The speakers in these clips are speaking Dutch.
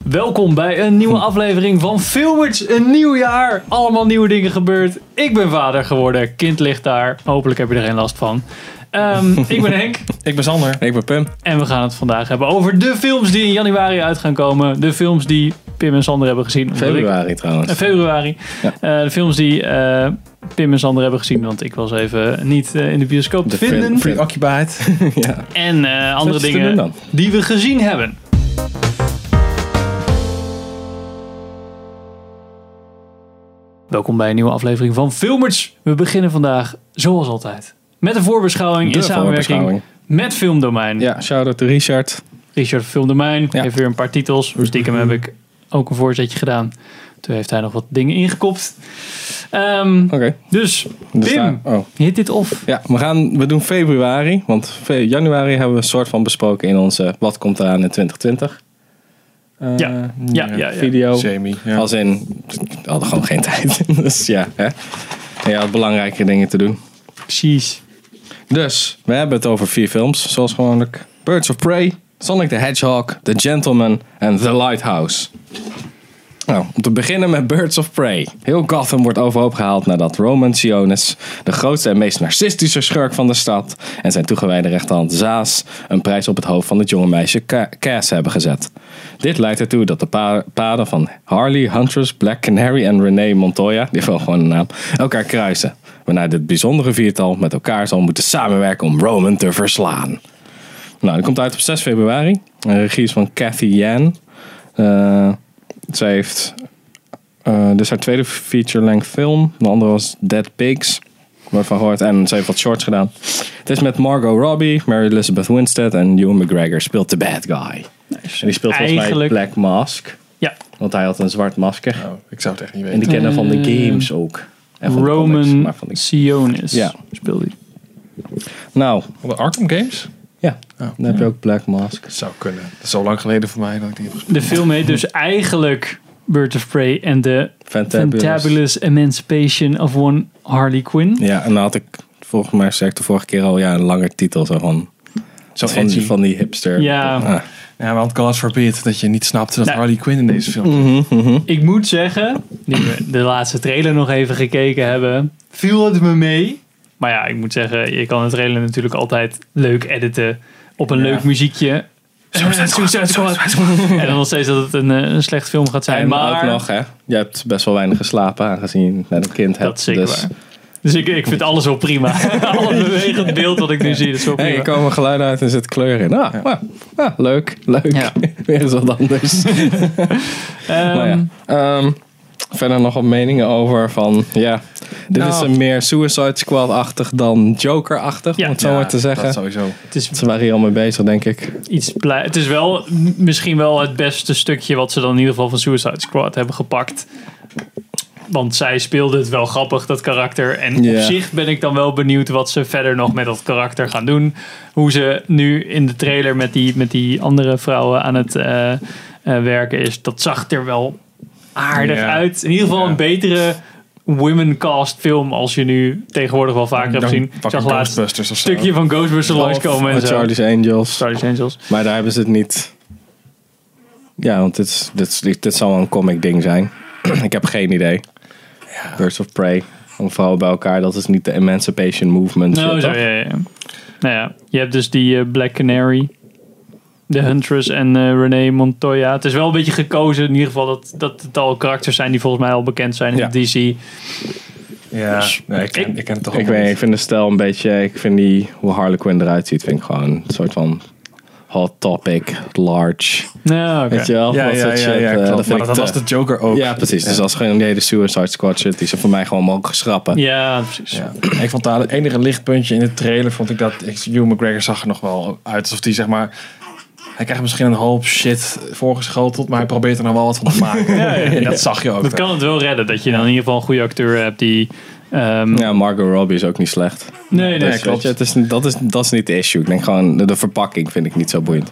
Welkom bij een nieuwe aflevering van Filmers. Een nieuw jaar. Allemaal nieuwe dingen gebeurd. Ik ben vader geworden. Kind ligt daar. Hopelijk heb je er geen last van. Ik ben Henk. Ik ben Sander. Ik ben Pim. En we gaan het vandaag hebben over de films die in januari uit gaan komen. De films die Pim en Sander hebben gezien. Februari trouwens. Februari. Ja. De films die Pim en Sander hebben gezien. Want ik was even niet in de bioscoop te vinden. Preoccupied. Ja. En andere dingen die we gezien hebben. Welkom bij een nieuwe aflevering van Filmers. We beginnen vandaag, zoals altijd, met een voorbeschouwing in samenwerking met Filmdomein. Ja, shout-out to Richard. Richard Filmdomein heeft weer een paar titels. Stiekem heb ik ook een voorzetje gedaan. Toen heeft hij nog wat dingen ingekopt. Oké. Dus Pim, hit dit off. Ja, we doen februari. Want januari hebben we een soort van besproken in onze Wat komt eraan in 2020. Video. Semi, ja. Als in, we hadden gewoon geen tijd. Dus ja, hè. En je had belangrijke dingen te doen. Precies. Dus, we hebben het over 4 films, zoals gewoonlijk. Birds of Prey, Sonic the Hedgehog, The Gentleman en The Lighthouse. Nou, om te beginnen met Birds of Prey. Heel Gotham wordt overhoop gehaald nadat Roman Sionis, de grootste en meest narcistische schurk van de stad, en zijn toegewijde rechterhand Zaas een prijs op het hoofd van het jonge meisje Cass hebben gezet. Dit leidt ertoe dat de paden van Harley, Huntress, Black Canary en Renee Montoya, die heeft wel gewoon een naam, elkaar kruisen. Waarna dit bijzondere viertal met elkaar zal moeten samenwerken om Roman te verslaan. Nou, die komt uit op 6 februari. De regie is van Cathy Yan. Zij heeft dus haar tweede feature-length film. De andere was Dead Pigs. Waarvan gehoord. En ze heeft wat shorts gedaan. Het is met Margot Robbie, Mary Elizabeth Winstead en Ewan McGregor speelt de bad guy. Nice. En die speelt volgens mij Black Mask. Ja. Want hij had een zwart masker. Oh, ik zou het echt niet weten. En die kennen van de games ook. En van Roman Sionis speelde hij. Nou. Van de Arkham Games? Ja, dan heb je ook Black Mask. Dat zou kunnen. Dat is zo lang geleden voor mij dat ik die heb gespeeld. De film heet dus eigenlijk Birds of Prey en The Fantabulous Emancipation of One Harley Quinn. Ja, en dan had ik volgens mij, zei ik de vorige keer al, een lange titel zo van die hipster. Ja. Ja, want God forbid dat je niet snapte dat Harley Quinn in deze film zit. Ik moet zeggen, nu we de laatste trailer nog even gekeken hebben, viel het me mee. Maar ja, ik moet zeggen, je kan het trailer natuurlijk altijd leuk editen op een leuk muziekje. En dan nog steeds dat het een slecht film gaat zijn. En maar ook nog, hè, je hebt best wel weinig geslapen aangezien je net een kind hebt. Dat is zeker waar. Dus ik vind alles wel prima. Alle bewegend beeld wat ik nu zie, is wel prima. Er komen geluiden uit en zit kleur in. Leuk. Ja. Weer eens wat anders. Verder nog wat meningen over van, dit is een meer Suicide Squad-achtig dan Joker-achtig, om het zo maar te zeggen. Dat sowieso. Ze waren hier al mee bezig, denk ik. Het is wel misschien wel het beste stukje wat ze dan in ieder geval van Suicide Squad hebben gepakt. Want zij speelde het wel grappig, dat karakter. En op zich ben ik dan wel benieuwd wat ze verder nog met dat karakter gaan doen. Hoe ze nu in de trailer met die andere vrouwen aan het werken is. Dat zag er wel aardig uit. In ieder geval een betere women-cast film als je nu tegenwoordig wel vaker hebt gezien. Ik zag laatst een stukje van Ghostbusters langskomen. En Charlie's Angels. Maar daar hebben ze het niet. Ja, want dit zal een comic ding zijn. Ik heb geen idee. Ja. Birds of Prey. Om vrouwen bij elkaar. Dat is niet de Emancipation Movement. Nou ja. Je hebt dus die Black Canary. De Huntress en Renee Montoya. Het is wel een beetje gekozen. In ieder geval dat het al karakters zijn die volgens mij al bekend zijn in de DC. Ja, dus, ik ken het toch ook. Ik vind de stijl een beetje. Ik vind hoe Harley Quinn eruit ziet. Vind ik gewoon een soort van hot topic, large. Ja, okay. Weet je wel? Ja, dat was de Joker ook. Ja, precies. Dus dat is gewoon die hele Suicide Squad shit die ze voor mij gewoon mogen schrappen. Ja, precies. Ja. Ik vond daar het enige lichtpuntje in de trailer, vond ik dat Ewan McGregor zag er nog wel uit alsof hij zeg maar. Hij krijgt misschien een hoop shit voorgeschoteld, maar hij probeert er nog wel wat van te maken. En dat zag je ook. Dat kan het wel redden, dat je dan in ieder geval een goede acteur hebt die. Margot Robbie is ook niet slecht. Nee, klopt. Dat is niet de issue. Ik denk gewoon, de verpakking vind ik niet zo boeiend.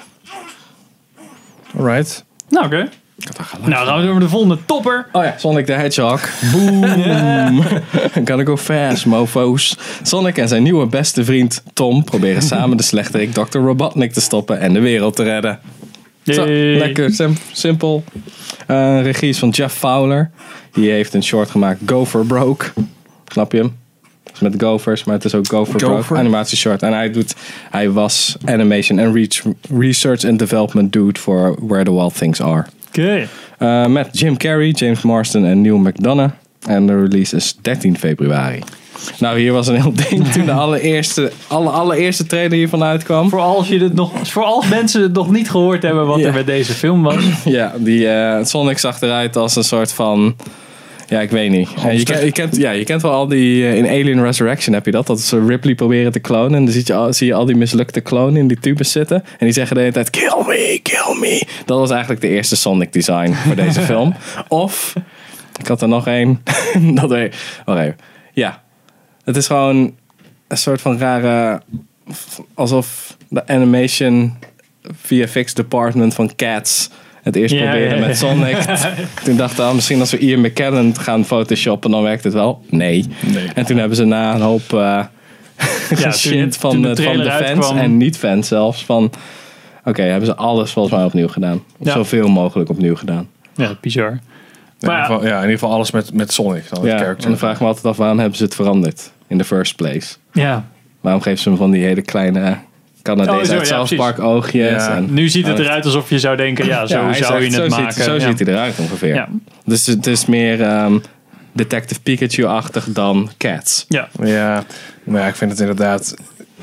Alright. Nou, oké. Nou, gaan we door met de volgende topper. Oh ja, Sonic the Hedgehog. Boom. Gotta go fast, mofo's. Sonic en zijn nieuwe beste vriend Tom proberen samen de slechterik Dr. Robotnik te stoppen en de wereld te redden. Zo, lekker simpel. Regie is van Jeff Fowler. Die heeft een short gemaakt, Go for Broke. Snap je hem? Het is met Gophers, maar het is ook Go for Broke. Animatieshort. En hij was animation en research and development dude voor Where the Wild Things Are. Oké. Met Jim Carrey, James Marsden en Neil McDonough. En de release is 13 februari. Nou, hier was een heel ding toen de allereerste trailer hiervan uitkwam. Voor als mensen het nog niet gehoord hebben wat er met deze film was. Ja, die Sonic zag eruit als een soort van... Ja, ik weet niet. Je kent wel al die... in Alien Resurrection heb je dat. Dat ze Ripley proberen te klonen. En dan zie je al die mislukte klonen in die tubes zitten. En die zeggen de hele tijd... Kill me, kill me. Dat was eigenlijk de eerste Sonic design voor deze film. Of... Ik had er nog één. Wacht even. Ja. Het is gewoon een soort van rare... Alsof de animation VFX department van Cats... het eerst probeerde met Sonic. Toen dachten we, misschien als we Ian McKellen gaan photoshoppen, dan werkt het wel. Nee. En toen hebben ze na een hoop shit van de fans en niet-fans zelfs. Oké, hebben ze alles volgens mij opnieuw gedaan. Of zoveel mogelijk opnieuw gedaan. Ja, bizar. In ieder geval alles met Sonic. En dan vraag ik me altijd af, waarom hebben ze het veranderd in the first place? Ja. Waarom geven ze me van die hele kleine... Canadees uit South Park oogjes. Ja. En nu ziet het eruit alsof je zou denken, zo zou je het maken. Zo ziet hij eruit ongeveer. Ja. Dus het is meer Detective Pikachu-achtig dan Cats. Ja, maar ik vind het inderdaad...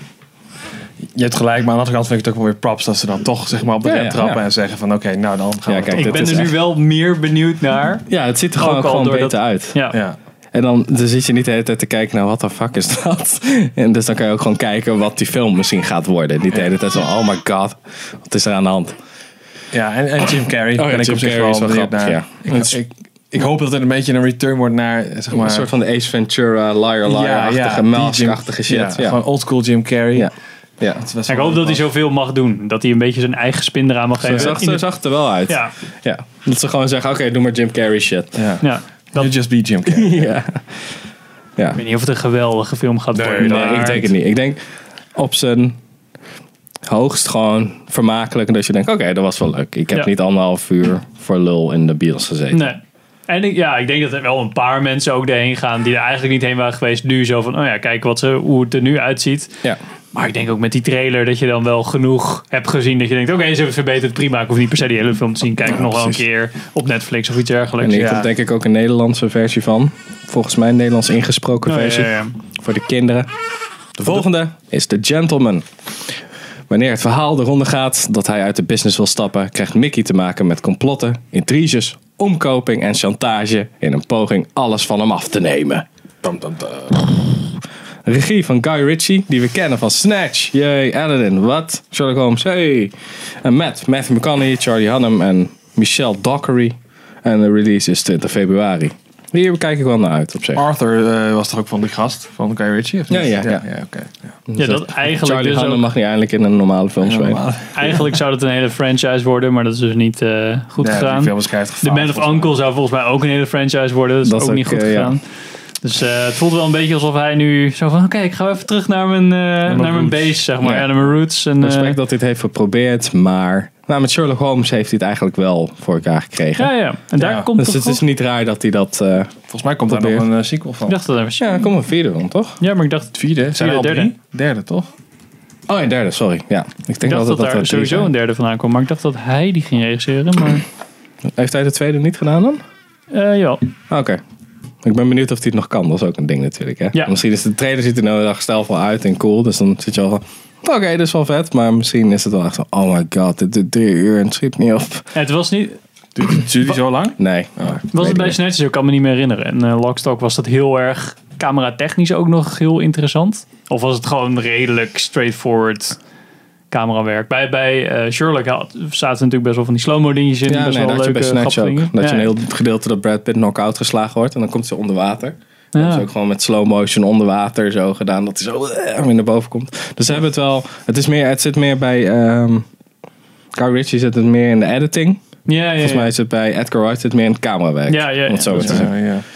Je hebt gelijk, maar aan de andere kant vind ik het ook wel weer props dat ze dan toch zeg maar op de rem trappen en zeggen van oké, nou dan gaan we... Kijk, ik ben er nu wel meer benieuwd naar. Ja, het ziet er gewoon beter uit. Ja. En dan zit je niet de hele tijd te kijken naar wat de fuck is dat. En dus dan kan je ook gewoon kijken wat die film misschien gaat worden. Niet de hele tijd zo, oh my god, wat is er aan de hand? Ja, en Jim Carrey. Ik op zich wel grappig, naar. Ik hoop dat het een beetje een return wordt naar zeg maar... Een soort van de Ace Ventura, Liar-achtige, Mask-achtige shit. Ja, gewoon old school Jim Carrey. Ja. Ik hoop dat hij zoveel mag doen. Dat hij een beetje zijn eigen spin eraan mag geven. Zo zag het er wel uit. Ja. Dat ze gewoon zeggen, oké, doe maar Jim Carrey shit. Ja. You just be Jim Carrey. Ja. Ik weet niet of het een geweldige film gaat worden. Nee, ik denk het niet. Ik denk op zijn hoogst gewoon vermakelijk. En dat je denkt, oké, dat was wel leuk. Ik heb niet 1,5 uur voor lul in de bios gezeten. Nee. En ik denk dat er wel een paar mensen ook erheen gaan die er eigenlijk niet heen waren geweest. Nu zo van, kijk hoe het er nu uitziet. Ja. Maar ik denk ook met die trailer dat je dan wel genoeg hebt gezien. Dat je denkt, oké, ze hebben het verbeterd, prima. Ik hoef niet per se die hele film te zien. Kijk nog wel een keer op Netflix of iets dergelijks. En hier komt denk ik ook een Nederlandse versie van. Volgens mij een Nederlands ingesproken versie. Ja. Voor de kinderen. De volgende is The Gentleman. Wanneer het verhaal de ronde gaat dat hij uit de business wil stappen, krijgt Mickey te maken met complotten, intriges, omkoping en chantage in een poging alles van hem af te nemen. Regie van Guy Ritchie, die we kennen van Snatch, yay, Aladdin, wat? Sherlock Holmes, hey. En Matthew McConaughey, Charlie Hunnam en Michelle Dockery. En de release is 20 februari. Hier kijk ik wel naar uit op zich. Arthur was toch ook van die gast van Guy Ritchie? Of niet? Ja. Okay. Ja, dat eigenlijk Charlie dus Hunnam mag niet eindelijk in een normale film spelen. Eigenlijk zou dat een hele franchise worden, maar dat is dus niet goed gegaan. The Man of Uncle zou volgens mij ook een hele franchise worden. Dat is ook niet goed gegaan. Dus het voelt wel een beetje alsof hij nu zo van... Oké, ik ga even terug naar mijn base, zeg maar. Ja. Naar mijn roots. En, respect dat hij het heeft geprobeerd, maar... Nou, met Sherlock Holmes heeft hij het eigenlijk wel voor elkaar gekregen. Ja. En daar komt dus het is niet raar dat hij dat volgens mij komt daar nog een sequel van. Ik dacht dat er was. Ja, er komt een vierde van, toch? Ja, maar ik dacht... Derde, toch? Oh, een derde, sorry. Ja. Ik dacht dat daar sowieso een derde vandaan kwam. Maar ik dacht dat hij die ging regisseren, maar... Heeft hij de tweede niet gedaan dan? Ja. Oké. Ik ben benieuwd of hij het nog kan. Dat is ook een ding natuurlijk. Hè? Ja. Misschien is de trailer ziet er nou dag stijlvol uit en cool. Dus dan zit je al van... Oké, dit is wel vet. Maar misschien is het wel echt zo... Oh my god, dit duurt 3 uur en het schiet niet op. Het was niet... Duurt die zo lang? Nee. Was het bij Snatch? Ik kan me niet meer herinneren. En Lockstock was dat heel erg... Camera-technisch ook nog heel interessant? Of was het gewoon redelijk straightforward... camerawerk. Bij Sherlock zaten natuurlijk best wel van die slow-mo dingetjes in. Ja, best wel dat leuke, je bij Snatch ook. Dat je een heel gedeelte gedeelte dat Brad Pitt knock-out geslagen wordt. En dan komt ze onder water. Dat is ook gewoon met slow motion onder water zo gedaan. Dat hij zo weer naar boven komt. Dus ze hebben het wel... Het zit meer bij... Guy Ritchie zit het meer in de editing. Ja. Volgens mij is het bij Edgar Wright zit meer in het camerawerk. Ja. Om het zo te zeggen. Ja.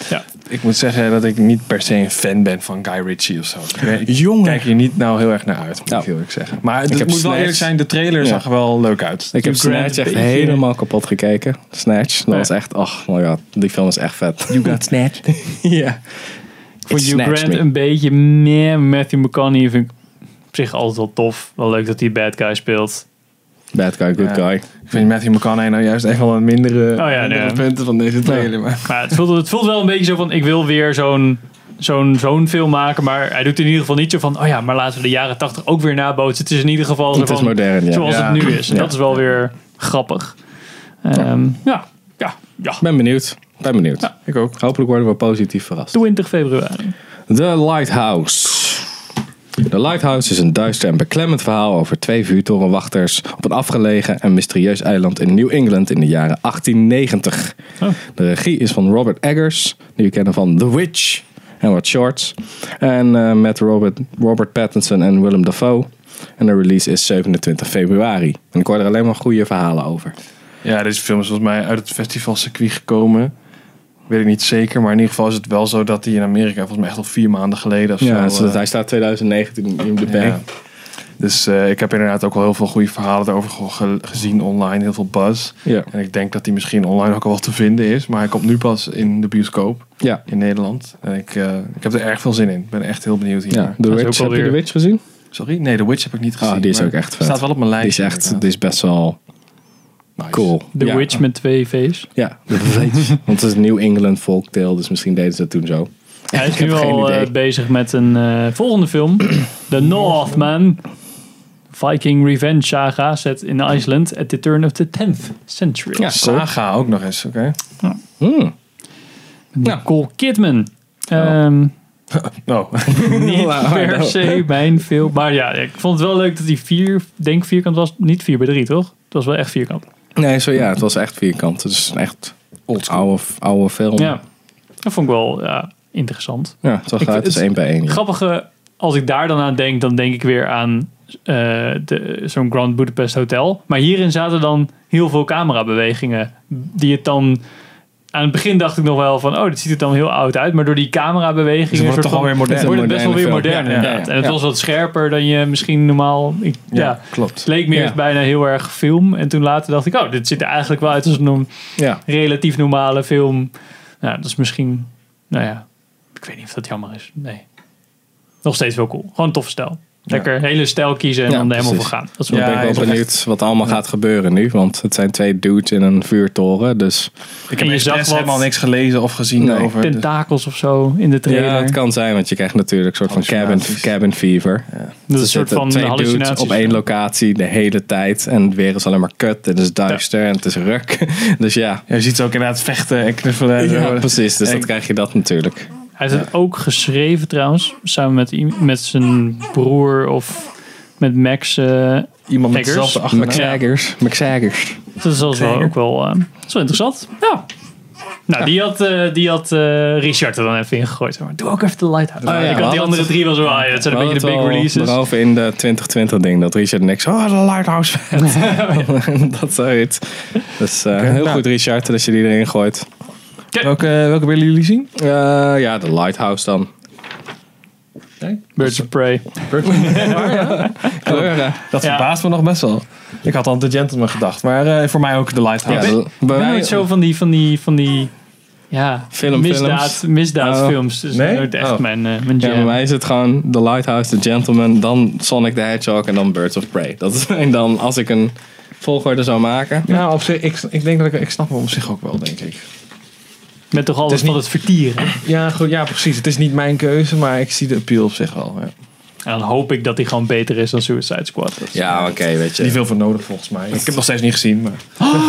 Ik moet zeggen dat ik niet per se een fan ben van Guy Ritchie of zo. Jongen. Kijk hier niet nou heel erg naar uit, moet ik heel eerlijk zeggen. Maar het moet wel eerlijk zijn, de trailer zag er wel leuk uit. Ik heb Snatch echt helemaal kapot gekeken. Snatch, dat was echt, oh my god, die film is echt vet. You got snatched. Ja. Voor Hugh Grant een beetje meer. Matthew McConaughey vind ik op zich altijd wel tof. Wel leuk dat hij bad guy speelt. Bad guy, good guy. Ik vind Matthew McConaughey nou juist echt wel een mindere punten van deze trailer. Maar het voelt wel een beetje zo van, ik wil weer zo'n film maken, maar hij doet in ieder geval niet zo van, oh ja, maar laten we de jaren 80 ook weer nabootsen. Het is in ieder geval zo van, modern, zoals het nu is. En dat is wel weer grappig. Ja. Ben benieuwd. Ja, ik ook. Hopelijk worden we positief verrast. 20 februari. The Lighthouse. The Lighthouse is een duister en beklemmend verhaal over 2 vuurtorenwachters op een afgelegen en mysterieus eiland in New England in de jaren 1890. Oh. De regie is van Robert Eggers, die we kennen van The Witch en wat shorts. En met Robert Pattinson en Willem Dafoe. En de release is 27 februari. En ik hoor er alleen maar goede verhalen over. Ja, deze film is volgens mij uit het festivalcircuit gekomen. Weet ik niet zeker, maar in ieder geval is het wel zo dat hij in Amerika volgens mij echt al 4 maanden geleden of ja, zo. Hij staat 2019 in de band. Ja. Dus ik heb inderdaad ook wel heel veel goede verhalen daarover gezien online. Heel veel buzz. Ja. En ik denk dat hij misschien online ook al wel te vinden is. Maar hij komt nu pas in de bioscoop in Nederland. En ik heb er erg veel zin in. Ik ben echt heel benieuwd hier. Ja, The Witch, heb je The Witch gezien? Sorry? Nee, The Witch heb ik niet gezien. Die is ook echt vet. Staat wel op mijn lijst. Die is best wel nice. Cool. The Witch met 2 V's. Ja, The Witch. Want het is een New England folktale, dus misschien deden ze dat toen zo. Hij is nu al bezig met een volgende film. The Northman. Viking Revenge Saga set in Iceland at the turn of the 10th century. Ja, Saga ook nog eens, oké. Nicole Kidman. Niet per se mijn film. Maar ja, ik vond het wel leuk dat hij vierkant was. Niet 4:3, toch? Het was wel echt vierkant. Nee, het was echt vierkant. Het is echt oude film. Ja, dat vond ik wel interessant. Ja, het zag eruit als 1 bij 1. Ja. Grappige, als ik daar dan aan denk, dan denk ik weer aan zo'n Grand Budapest Hotel. Maar hierin zaten dan heel veel camerabewegingen. Die het dan... Aan het begin dacht ik nog wel van, dit ziet er dan heel oud uit. Maar door die camerabewegingen wordt het toch alweer modern. Wordt het best wel weer modern inderdaad. En het was wat scherper dan je misschien normaal... klopt. Het leek me eerst bijna heel erg film. En toen later dacht ik, dit ziet er eigenlijk wel uit als een relatief normale film. Nou, dat is misschien... ik weet niet of dat jammer is. Nee. Nog steeds wel cool. Gewoon een toffe stijl. Lekker hele stijl kiezen en dan er helemaal voor gaan. Dat is ik ben wel benieuwd wat allemaal gaat gebeuren nu. Want het zijn 2 dudes in een vuurtoren. Dus ik heb helemaal niks gelezen of gezien over tentakels of zo in de trailer. Ja, het kan zijn. Want je krijgt natuurlijk een soort van cabin fever. Ja. Dat is een soort van 2 hallucinaties. Dudes op 1 locatie de hele tijd. En het weer is alleen maar kut. En het is duister en het is ruk. Dus ja. Je ziet ze ook inderdaad vechten en knuffelen. Ja, precies. Dus dan krijg je dat natuurlijk. Hij heeft het ook geschreven trouwens, samen met zijn broer of met Max iemand met dezelfde achternaam. Max Saggers. Dat is ook wel interessant. Ja. Nou, die had Richard er dan even in gegooid. Maar doe ook even de Lighthouse. Ik had die andere 3 wel zo. Dat zijn een beetje de big releases. Behalve in de 2020 ding dat Richard niks. The Lighthouse vet. Dat zoiets. Dus heel goed Richard als je die erin gooit. Welke willen jullie zien? De Lighthouse dan. Birds of Prey. Dat verbaast me nog best wel. Ik had aan The Gentleman gedacht, maar voor mij ook The Lighthouse. Ik ben nooit zo van die misdaadfilms. Dus nooit echt mijn jam. Ja, bij mij is het gewoon The Lighthouse, The Gentleman, dan Sonic the Hedgehog en dan Birds of Prey. Dat is dan als ik een volgorde zou maken. Ja, op zich, ik denk dat ik snap hem op zich ook wel, denk ik. Met toch alles van het vertieren. Ja, goed, ja, precies. Het is niet mijn keuze, maar ik zie de appeal op zich wel. Ja. En dan hoop ik dat hij gewoon beter is dan Suicide Squad. Ja, oké, weet je. Niet veel voor nodig volgens mij. Ik heb het nog steeds niet gezien, maar...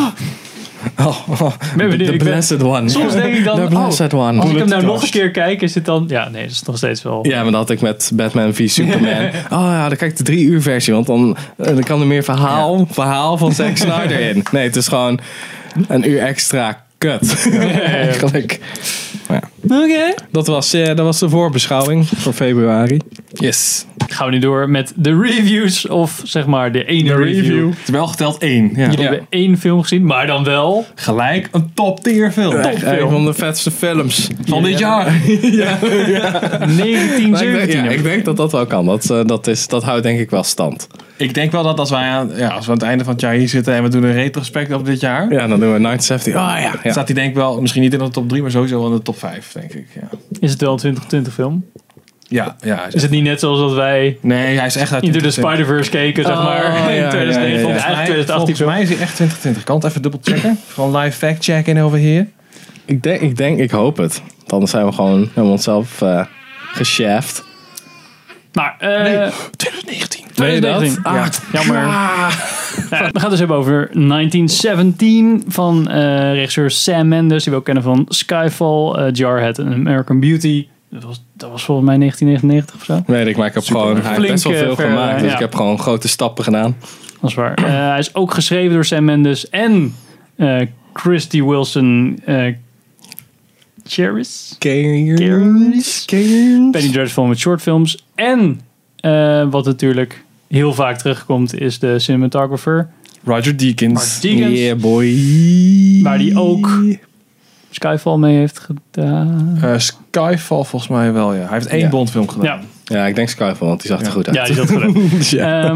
The Blessed One. Soms denk ik dan, The Blessed One. Als ik hem nou nog een keer kijk, is het dan... Ja, nee, dat is nog steeds wel... Ja, maar dat had ik met Batman v Superman. Dan kijk ik de 3 uur versie, want dan kan er meer verhaal van Zack Snyder in. Nee, het is gewoon een uur extra kut. Eigenlijk. Ja. Oké. Dat was de voorbeschouwing voor februari. Yes. Gaan we nu door met de reviews. Of zeg maar de ene review. Het is wel geteld 1. Ja. Jullie hebben 1 film gezien, maar dan wel... Gelijk een top tier film. Een van de vetste films. Van dit jaar. 1917. Ik denk dat dat wel kan. Dat houdt denk ik wel stand. Ik denk wel dat als we aan het einde van het jaar hier zitten en we doen een retrospect op dit jaar. Ja, dan doen we 1970. Ja. Staat hij denk ik wel, misschien niet in de top 3, maar sowieso wel in de top 5, denk ik. Ja. Is het wel een 2020 film? Ja. Is het niet net zoals dat wij Nee, hij is echt uit Into the Spider-Verse keken, zeg maar. In 2009, eigenlijk 2018. Volgens mij is hij echt 2020. Kan het even dubbel checken? Gewoon live fact checken over hier. Ik hoop het. Anders zijn we gewoon helemaal onszelf geshaft. Maar, 2019. Weet je dat? 2019. Jammer. Nou, we gaan dus hebben over 1917 van regisseur Sam Mendes, die we ook kennen van Skyfall, Jarhead en American Beauty. Dat was volgens mij 1999 of zo. Weet ik, maar ik heb hij heeft best wel veel gemaakt. Dus ik heb gewoon grote stappen gedaan. Dat is waar. Hij is ook geschreven door Sam Mendes en Christy Wilson Charis. Penny Dreadful met shortfilms. En wat natuurlijk heel vaak terugkomt is de cinematographer Roger Deakins. Yeah, boy. Waar die ook Skyfall mee heeft gedaan. Skyfall volgens mij wel, ja. Hij heeft 1 Bondfilm gedaan. Ja. Ja, ik denk Skyfall, want die zag er goed uit. Ja, die zat goed. Ja.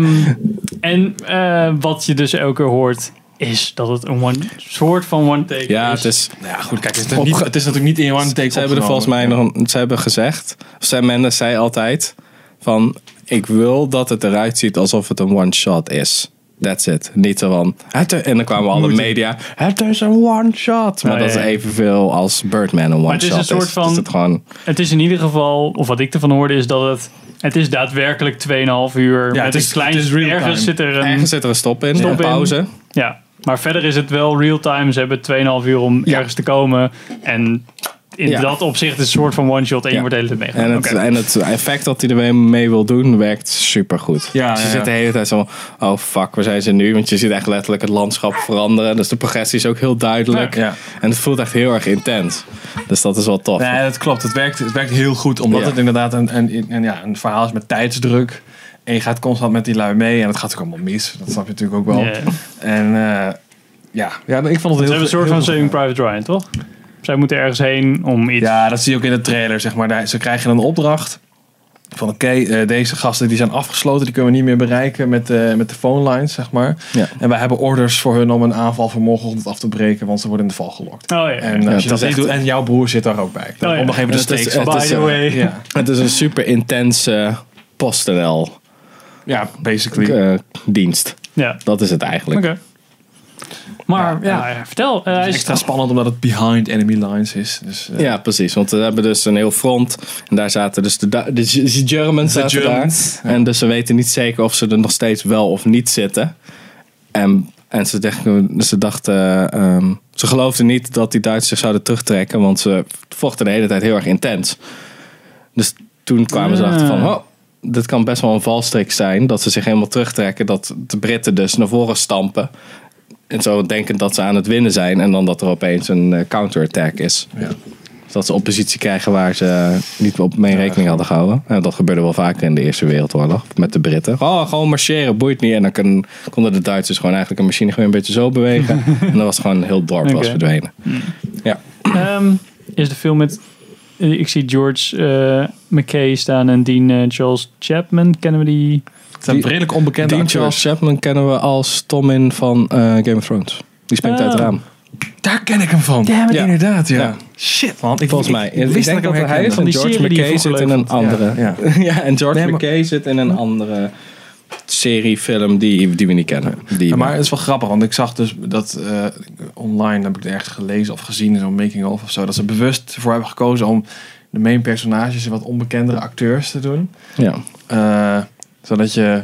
En wat je dus elke keer hoort is dat het een soort van one take Ja, is. het is... Nou ja, goed, kijk, het is natuurlijk niet in one take. Ze hebben er volgens mij ze hebben gezegd, Sam Mendes zei altijd van, ik wil dat het eruit ziet alsof het een one shot is. That's it. Niet zo van, en dan kwamen alle media, het is een one shot. Maar dat is evenveel als Birdman een one shot is. Het is een soort van, dus het, gewoon, het is in ieder geval, of wat ik ervan hoorde is dat het is daadwerkelijk 2,5 uur. Ja, het is klein. Ergens zit er een stop in, een pauze. Ja, maar verder is het wel real time. Ze hebben 2,5 uur om ergens te komen. En in dat opzicht is het een soort van one shot en je wordt de hele tijd meegenomen. En het effect dat hij er mee wil doen werkt super goed. Ja, dus je zit de hele tijd zo, oh fuck, waar zijn ze nu? Want je ziet echt letterlijk het landschap veranderen. Dus de progressie is ook heel duidelijk. Ja. En het voelt echt heel erg intens. Dus dat is wel tof. Nee, dat klopt. Het werkt heel goed. Omdat het inderdaad een verhaal is met tijdsdruk. En je gaat constant met die lui mee. En het gaat ook allemaal mis. Dat snap je natuurlijk ook wel. Yeah. En ik vond het heel... Ze hebben een soort van Saving Private Ryan, toch? Zij moeten ergens heen om iets... Ja, dat zie je ook in de trailer, zeg maar. Ze krijgen een opdracht van oké, deze gasten die zijn afgesloten, die kunnen we niet meer bereiken met de phone lines, zeg maar. Ja. En wij hebben orders voor hun om een aanval voor morgenochtend af te breken, want ze worden in de val gelokt. En als je dat niet doet, en jouw broer zit daar ook bij. Om nog even de stakes van. By the way. Ja. Het is een super intense PostNL. Ja, basically. Dienst. Ja. Dat is het eigenlijk. Oké. Maar vertel. Het is extra spannend omdat het behind enemy lines is. Dus, ja, precies. Want we hebben dus een heel front. En daar zaten dus de Germans zaten daar. Ja. En dus ze weten niet zeker of ze er nog steeds wel of niet zitten. En ze dachten... ze geloofden niet dat die Duitsers zich zouden terugtrekken. Want ze vochten de hele tijd heel erg intens. Dus toen kwamen ze achter van... dit kan best wel een valstrik zijn. Dat ze zich helemaal terugtrekken. Dat de Britten dus naar voren stampen. En zo denken dat ze aan het winnen zijn. En dan dat er opeens een counterattack is. Ja. Dus dat ze oppositie krijgen waar ze niet op mee rekening hadden gehouden. En dat gebeurde wel vaker in de Eerste Wereldoorlog. Met de Britten. Gewoon marcheren, boeit niet. En dan konden de Duitsers gewoon eigenlijk een machine gewoon een beetje zo bewegen. En dan was het gewoon een heel dorp was verdwenen. Ja. Is de film met... Ik zie George McKay staan en Dean Charles Chapman. Kennen we die... Het zijn redelijk onbekende acteurs. Charles Chapman kennen we als Tommen van Game of Thrones. Die springt uit het raam. Daar ken ik hem van. Ja, inderdaad. Ja. Shit, man. Volgens mij. Ik wist dat hij is. En George McKay zit in een andere. Ja, en George McKay zit in een andere seriefilm die we niet kennen. Maar het is wel grappig, want ik zag dus dat online, heb ik het ergens gelezen of gezien in zo'n making of zo, dat ze bewust voor hebben gekozen om de main personages wat onbekendere acteurs te doen. Ja. Zodat je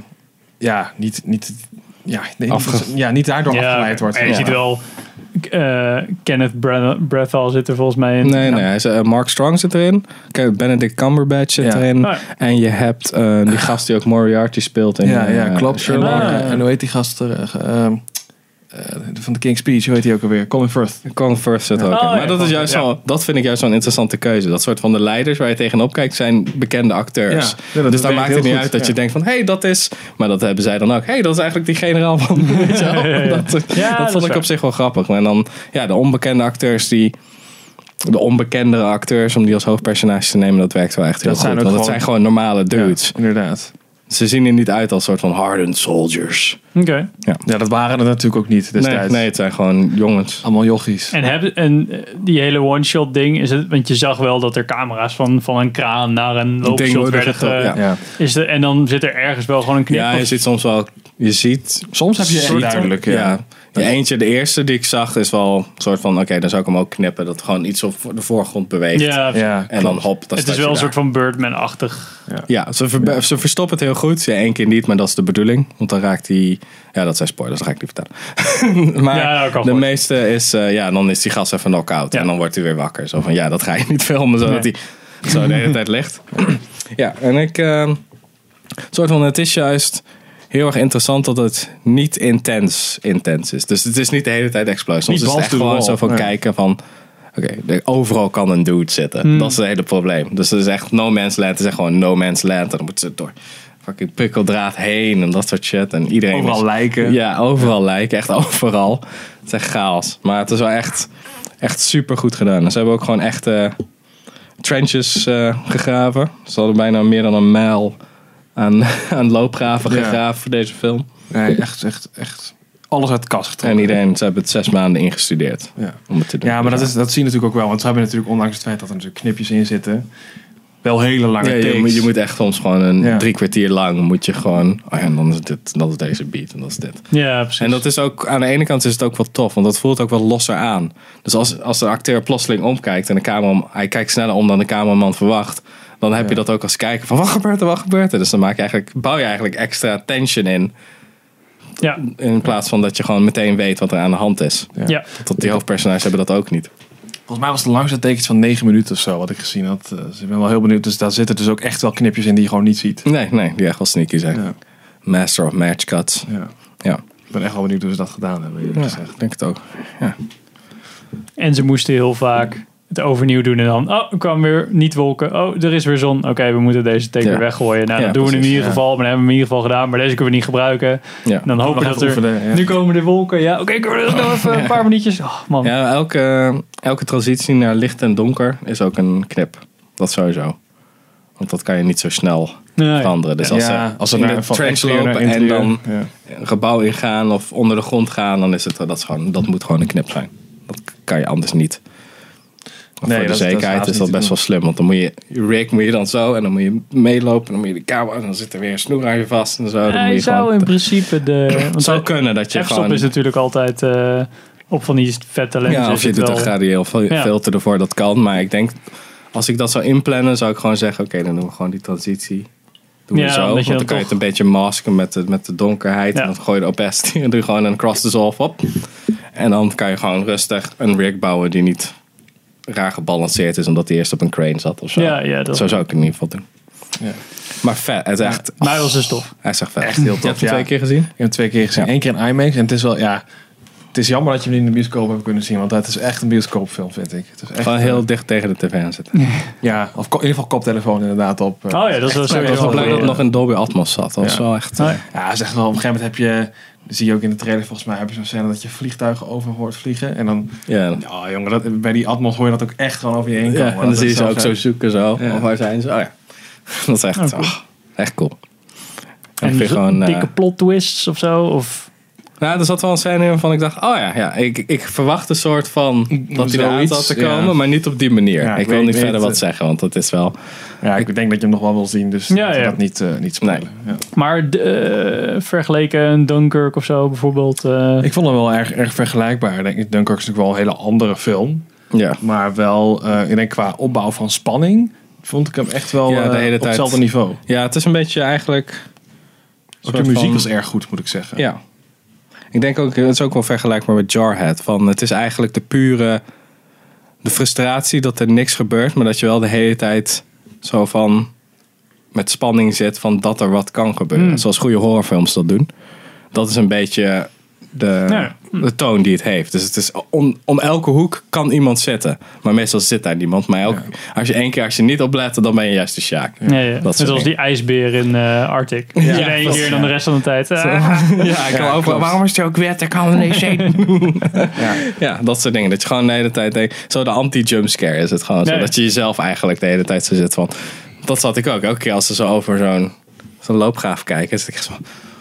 niet daardoor afgeleid wordt. En je ziet wel Kenneth Branagh zit er volgens mij in. Nee, Mark Strong zit erin. Benedict Cumberbatch zit erin. En je hebt die gast die ook Moriarty speelt in klopt. En hoe heet die gast? van de King's Speech, hoe heet hij ook alweer? Colin Firth. Colin Firth zit ook in. Maar dat is juist dat vind ik juist zo'n interessante keuze. Dat soort van de leiders waar je tegenop kijkt zijn bekende acteurs. Dus dan maakt het niet uit dat je denkt van dat is... Maar dat hebben zij dan ook. Dat is eigenlijk die generaal van... Weet je wel? Dat vond ik op zich wel grappig. En dan de onbekende acteurs die... De onbekendere acteurs, om die als hoofdpersonage te nemen, dat werkt wel echt heel goed. Want het zijn gewoon normale dudes. Ja, inderdaad. Ze zien er niet uit als soort van hardened soldiers. Oké. Ja, dat waren er natuurlijk ook niet destijds. Nee, het zijn gewoon jongens. Allemaal jochies. En die hele one-shot ding, is het, want je zag wel dat er camera's van een kraan naar een loopshot werden. En dan zit er ergens wel gewoon een knip. Ja, je ziet soms wel... Soms heb je echt duidelijk. Ja. Eentje, de eerste die ik zag, is wel een soort van... Oké, dan zou ik hem ook knippen. Dat gewoon iets op de voorgrond beweegt. Ja, en dan hop. Het is wel een soort van Birdman-achtig. Ja, ze verstoppen het heel goed. Ja, 1 keer niet, maar dat is de bedoeling. Want dan raakt hij... Ja, dat zijn spoilers, dat ga ik niet vertellen. Maar de meeste is... dan is die gast even knock-out. Ja. En dan wordt hij weer wakker. Zo van, dat ga je niet filmen, zodat hij zo de hele tijd ligt. Ja, en ik... soort van, het is juist... heel erg interessant dat het niet intens is. Dus het is niet de hele tijd explosies. Soms is het echt gewoon zo van kijken van... Oké, overal kan een dude zitten. Dat is het hele probleem. Dus het is echt No Man's Land. Het is echt gewoon No Man's Land. En dan moeten ze door fucking prikkeldraad heen en dat soort shit. En iedereen overal lijken. Ja, overal lijken. Echt overal. Het is echt chaos. Maar het is wel echt super goed gedaan. En ze hebben ook gewoon echte trenches gegraven. Ze hadden bijna meer dan een mijl... aan loopgraven gegraven voor deze film. Nee, echt alles uit de kast getrokken. En ze hebben het 6 maanden ingestudeerd om het te doen. Ja, maar dat zie je natuurlijk ook wel. Want ze hebben natuurlijk, ondanks het feit dat er natuurlijk knipjes in zitten... wel hele lange takes. Je moet echt soms gewoon een 3 kwartier lang... moet je gewoon... en dan is dat is deze beat en dat is dit. Ja, precies. En dat is ook... aan de ene kant is het ook wel tof. Want dat voelt ook wel losser aan. Dus als de acteur plotseling omkijkt... en hij kijkt sneller om dan de cameraman verwacht... dan heb je dat ook als kijker van wat gebeurt er? Dus dan bouw je eigenlijk extra tension in. Ja. In plaats van dat je gewoon meteen weet wat er aan de hand is. Ja. Tot die hoofdpersonages hebben dat ook niet. Volgens mij was het langste tekens van 9 minuten of zo wat ik gezien had. Dus ik ben wel heel benieuwd. Dus daar zitten dus ook echt wel knipjes in die je gewoon niet ziet. Nee, die echt wel sneaky zijn. Ja. Master of match cuts. Ja. Ik ben echt wel benieuwd hoe ze dat gedaan hebben. Ik denk het ook. Ja. En ze moesten heel vaak het overnieuw doen en dan, er kwam weer niet wolken. Er is weer zon. Oké, we moeten deze teken weggooien. Nou, dat doen we in ieder geval. Maar dat hebben we in ieder geval gedaan. Maar deze kunnen we niet gebruiken. Ja. En dan hopen we dat er... Nu komen de wolken. Ja, oké, kunnen we nog even een paar minuutjes. Oh, man. Ja, elke transitie naar licht en donker is ook een knip. Dat sowieso. Want dat kan je niet zo snel veranderen. Dus als ze naar een trench lopen en dan een gebouw ingaan of onder de grond gaan, dan is het dat moet gewoon een knip zijn. Dat kan je anders niet. Voor de zekerheid is dat best wel slim. Want dan moet je dan zo en dan moet je meelopen. En dan moet je de kabel en dan zit er weer een snoer aan je vast. En zo. Dan je zou in principe het zou kunnen dat je gewoon... is natuurlijk altijd op van die vette lenzen. Ja, of je doet een gradiëel filter ervoor, dat kan. Maar ik denk, als ik dat zou inplannen, zou ik gewoon zeggen, oké, dan doen we gewoon die transitie. Doen we zo. Want dan kan je het een beetje masken met de donkerheid. Ja. En dan gooi je de opacity en doe je gewoon een cross dissolve op. En dan kan je gewoon rustig een rig bouwen die niet raar gebalanceerd is, omdat hij eerst op een crane zat of zo. Zo zou ik het in ieder geval doen. Ja. Maar vet, het is echt... Maar was dus tof. Hij is echt vet. Echt heel tof. Je hebt hem 2 keer gezien? Ik heb hem 2 keer gezien. Ja. 1 keer in IMAX. En het is wel, het is jammer dat je hem niet in de bioscoop hebt kunnen zien, want het is echt een bioscoopfilm, vind ik. Het is echt gewoon heel dicht tegen de tv aan zitten. Ja, of in ieder geval koptelefoon inderdaad op. Dat is wel zo. Ik was wel blij dat het nog in Dolby Atmos zat. Dat was wel echt... Ja, zeg wel, op een gegeven moment heb je... zie je ook in de trailer, volgens mij hebben ze zo'n scène dat je vliegtuigen over hoort vliegen. En dan, jongen, bij die Atmos hoor je dat ook echt gewoon over je heen komen. Ja, en dan zie je ze ook zo zoeken zo. Ja. Of waar zijn ze? Dat is echt, echt cool. En gewoon dikke plot twists of zo? Of... Nou, er zat wel een scène in waarvan ik dacht, ik verwacht een soort van dat hij eraan zat te komen, maar niet op die manier. Ja, ik wil niet verder wat zeggen, want dat is wel... Ja, ik denk dat je hem nog wel wil zien, dus dat niet spoilen. Nee. Ja. Maar vergeleken een Dunkirk of zo bijvoorbeeld? Ik vond hem wel erg vergelijkbaar. Dunkirk is natuurlijk wel een hele andere film. Ja. Maar wel, ik denk qua opbouw van spanning, vond ik hem echt wel de hele tijd op hetzelfde niveau. Ja, het is een beetje eigenlijk... Ook de muziek was erg goed, moet ik zeggen. Ja. Ik denk ook, het is ook wel vergelijkbaar met Jarhead. Het is eigenlijk de frustratie dat er niks gebeurt, maar dat je wel de hele tijd zo van met spanning zit van dat er wat kan gebeuren. Zoals goede horrorfilms dat doen. Dat is een beetje de toon die het heeft. Dus het is om elke hoek kan iemand zitten. Maar meestal zit daar niemand. Maar als je niet oplet, dan ben je juist de Sjaak. Net zoals die ijsbeer in Arctic. Ja, in 1 keer en dan de rest van de tijd. Ik kan ook wel. Waarom is het ook wet? Ik kan er niks zien. Ja, dat soort dingen. Dat je gewoon de hele tijd denkt. Zo de anti-jumpscare is het gewoon. Zo, dat je jezelf eigenlijk de hele tijd zo zit van. Dat zat ik ook. Elke keer als ze zo over zo'n loopgraaf kijken. Zit ik echt van.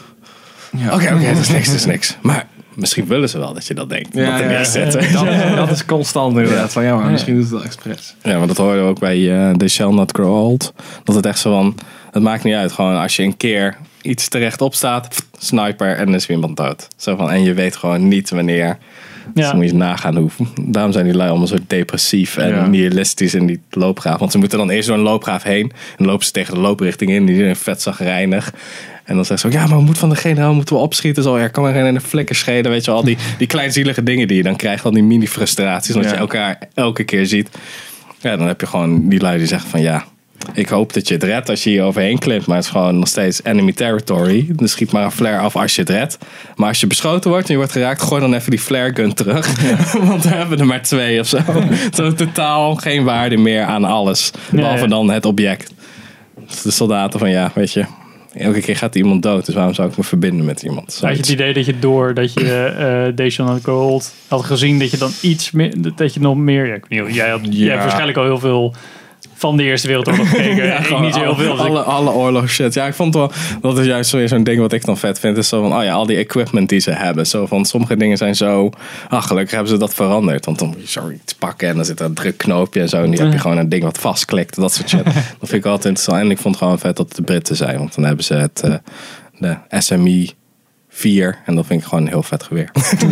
Oké, dat is niks. Maar misschien willen ze wel dat je dat denkt. Dat er niks zit. Dat is constant inderdaad. Van, maar misschien doet het wel expres. Ja, maar dat hoorde we ook bij The Shall Not Grow Old. Dat het echt zo van. Het maakt niet uit. Gewoon als je een keer iets terechtop staat. Sniper en dan is weer iemand dood. Zo van, en je weet gewoon niet wanneer. Dus dan moet je nagaan hoe. Daarom zijn die lui allemaal zo depressief en nihilistisch in die loopgraaf. Want ze moeten dan eerst door een loopgraaf heen. En dan lopen ze tegen de looprichting in. Die zijn vet zagrijnig. En dan zeggen ze ook, maar we moeten van de generaal moeten we opschieten. Zo, kan maar geen in de flikker schelen. Weet je wel, die kleinzielige dingen die je dan krijgt. Al die mini frustraties. Omdat je elkaar elke keer ziet. Ja, dan heb je gewoon die lui die zeggen van ik hoop dat je het redt als je hier overheen klimt. Maar het is gewoon nog steeds enemy territory. Dus schiet maar een flare af als je het redt. Maar als je beschoten wordt en je wordt geraakt, gooi dan even die flare gun terug. Want we hebben er maar 2 of zo. Zo totaal geen waarde meer aan alles. Behalve dan het object. Dus de soldaten van weet je. Elke keer gaat iemand dood, dus waarom zou ik me verbinden met iemand? Had je het idee dat je doordat je They Shall Not Grow Old had gezien dat je dan iets meer, dat je nog meer. Jij hebt waarschijnlijk al heel veel van de Eerste Wereldoorlog gekeken. Ik niet zo heel veel. Alle oorlog shit. Ja, ik vond wel, dat is juist zo'n ding wat ik dan vet vind. Is zo van, al die equipment die ze hebben. Zo van, sommige dingen zijn zo, gelukkig hebben ze dat veranderd. Want dan moet je zo iets pakken en dan zit er een drukknopje en zo. En die heb je gewoon een ding wat vastklikt. Dat soort shit. Dat vind ik altijd interessant. En ik vond gewoon vet dat het de Britten zijn. Want dan hebben ze de SMI 4. En dat vind ik gewoon een heel vet geweer.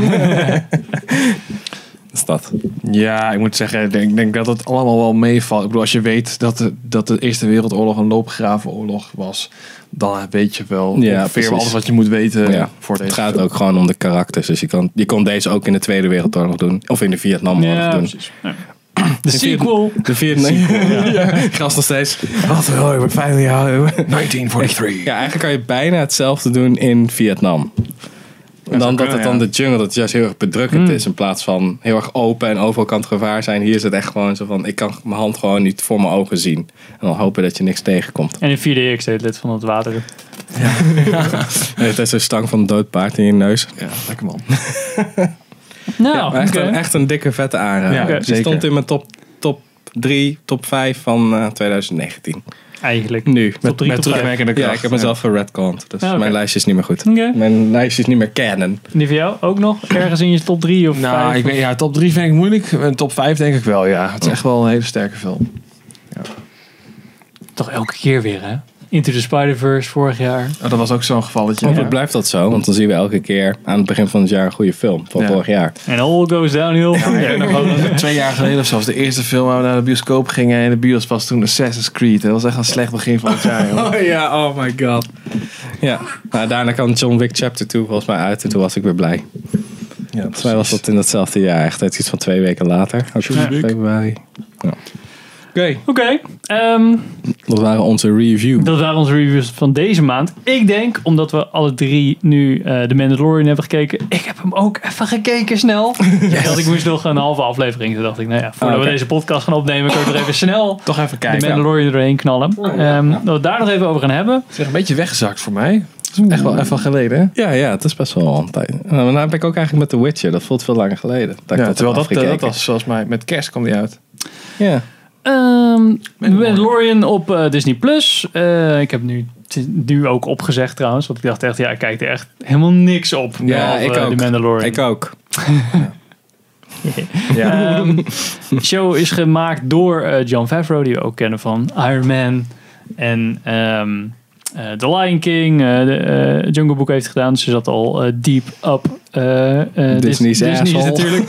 Is dat? Ja, ik moet zeggen, ik denk dat het allemaal wel meevalt. Ik bedoel, als je weet dat de Eerste Wereldoorlog een loopgravenoorlog was, dan weet je wel ongeveer alles wat je moet weten voor deze. Het gaat film. ook gewoon om de karakters. Dus je kon deze ook in de Tweede Wereldoorlog doen. Of in de Vietnamoorlog doen. Precies. Ja. De sequel. De Vietnam. Gast nog steeds. Wat een wordt 5 jaar. 1943. Ja, eigenlijk kan je bijna hetzelfde doen in Vietnam. En dan dat het dan de jungle, dat het juist heel erg bedrukkend is. In plaats van heel erg open en overal kan het gevaar zijn. Hier is het echt gewoon zo van, ik kan mijn hand gewoon niet voor mijn ogen zien. En dan hopen dat je niks tegenkomt. En in 4DX deed lid van het water. Ja. Het is een stang van een dood paard in je neus. Ja, lekker man. Nou, echt een dikke vette aanrader. Die stond in mijn top 3, top 5 van 2019. Eigenlijk. Nu. Met terugwerkende kracht. Ja, ik heb mezelf geredconned. Dus mijn lijstje is niet meer goed. Mijn lijstje is niet meer canon. Die van jou ook nog? Ergens in je top 3 of 5? Nou, ik weet, top 3 vind ik moeilijk. En top 5 denk ik wel, ja. Het is echt wel een hele sterke film. Ja. Toch elke keer weer, hè? Into the Spider-Verse vorig jaar. Oh, dat was ook zo'n gevalletje. Hopelijk blijft dat zo. Want dan zien we elke keer aan het begin van het jaar een goede film. Van vorig jaar. En all goes downhill. Ja, 2 jaar geleden of zo was de eerste film waar we naar de bioscoop gingen. En de bios was toen Assassin's Creed. Dat was echt een slecht begin van het jaar. Joh. Oh my god. Ja, nou, daarna kwam John Wick Chapter 2 volgens mij uit. En toen was ik weer blij. Ja, volgens mij was dat in datzelfde jaar. Echt iets van 2 weken later. Februari. Ja. Oké. Dat waren onze reviews van deze maand. Ik denk, omdat we alle 3 nu The Mandalorian hebben gekeken. Ik heb hem ook even gekeken snel. Want ik moest nog een halve aflevering. Toen dacht ik, voordat we deze podcast gaan opnemen, kan ik er even snel toch even kijken. The Mandalorian erheen knallen. Dat we het daar nog even over gaan hebben. Het is een beetje weggezakt voor mij. Dat is echt wel even geleden. Ja, het is best wel een tijd. Maar dan heb ik ook eigenlijk met The Witcher. Dat voelt veel langer geleden. Terwijl dat was zoals mij met kerst kwam die uit. Ja. Mandalorian op Disney+. Ik heb nu ook opgezegd trouwens. Want ik dacht echt, ik kijk er echt helemaal niks op. Ja, ik ook. The Mandalorian. Ik ook. De show is gemaakt door Jon Favreau, die we ook kennen van Iron Man. En The Lion King, Jungle Book heeft gedaan. Ze zat al deep up Disney's natuurlijk.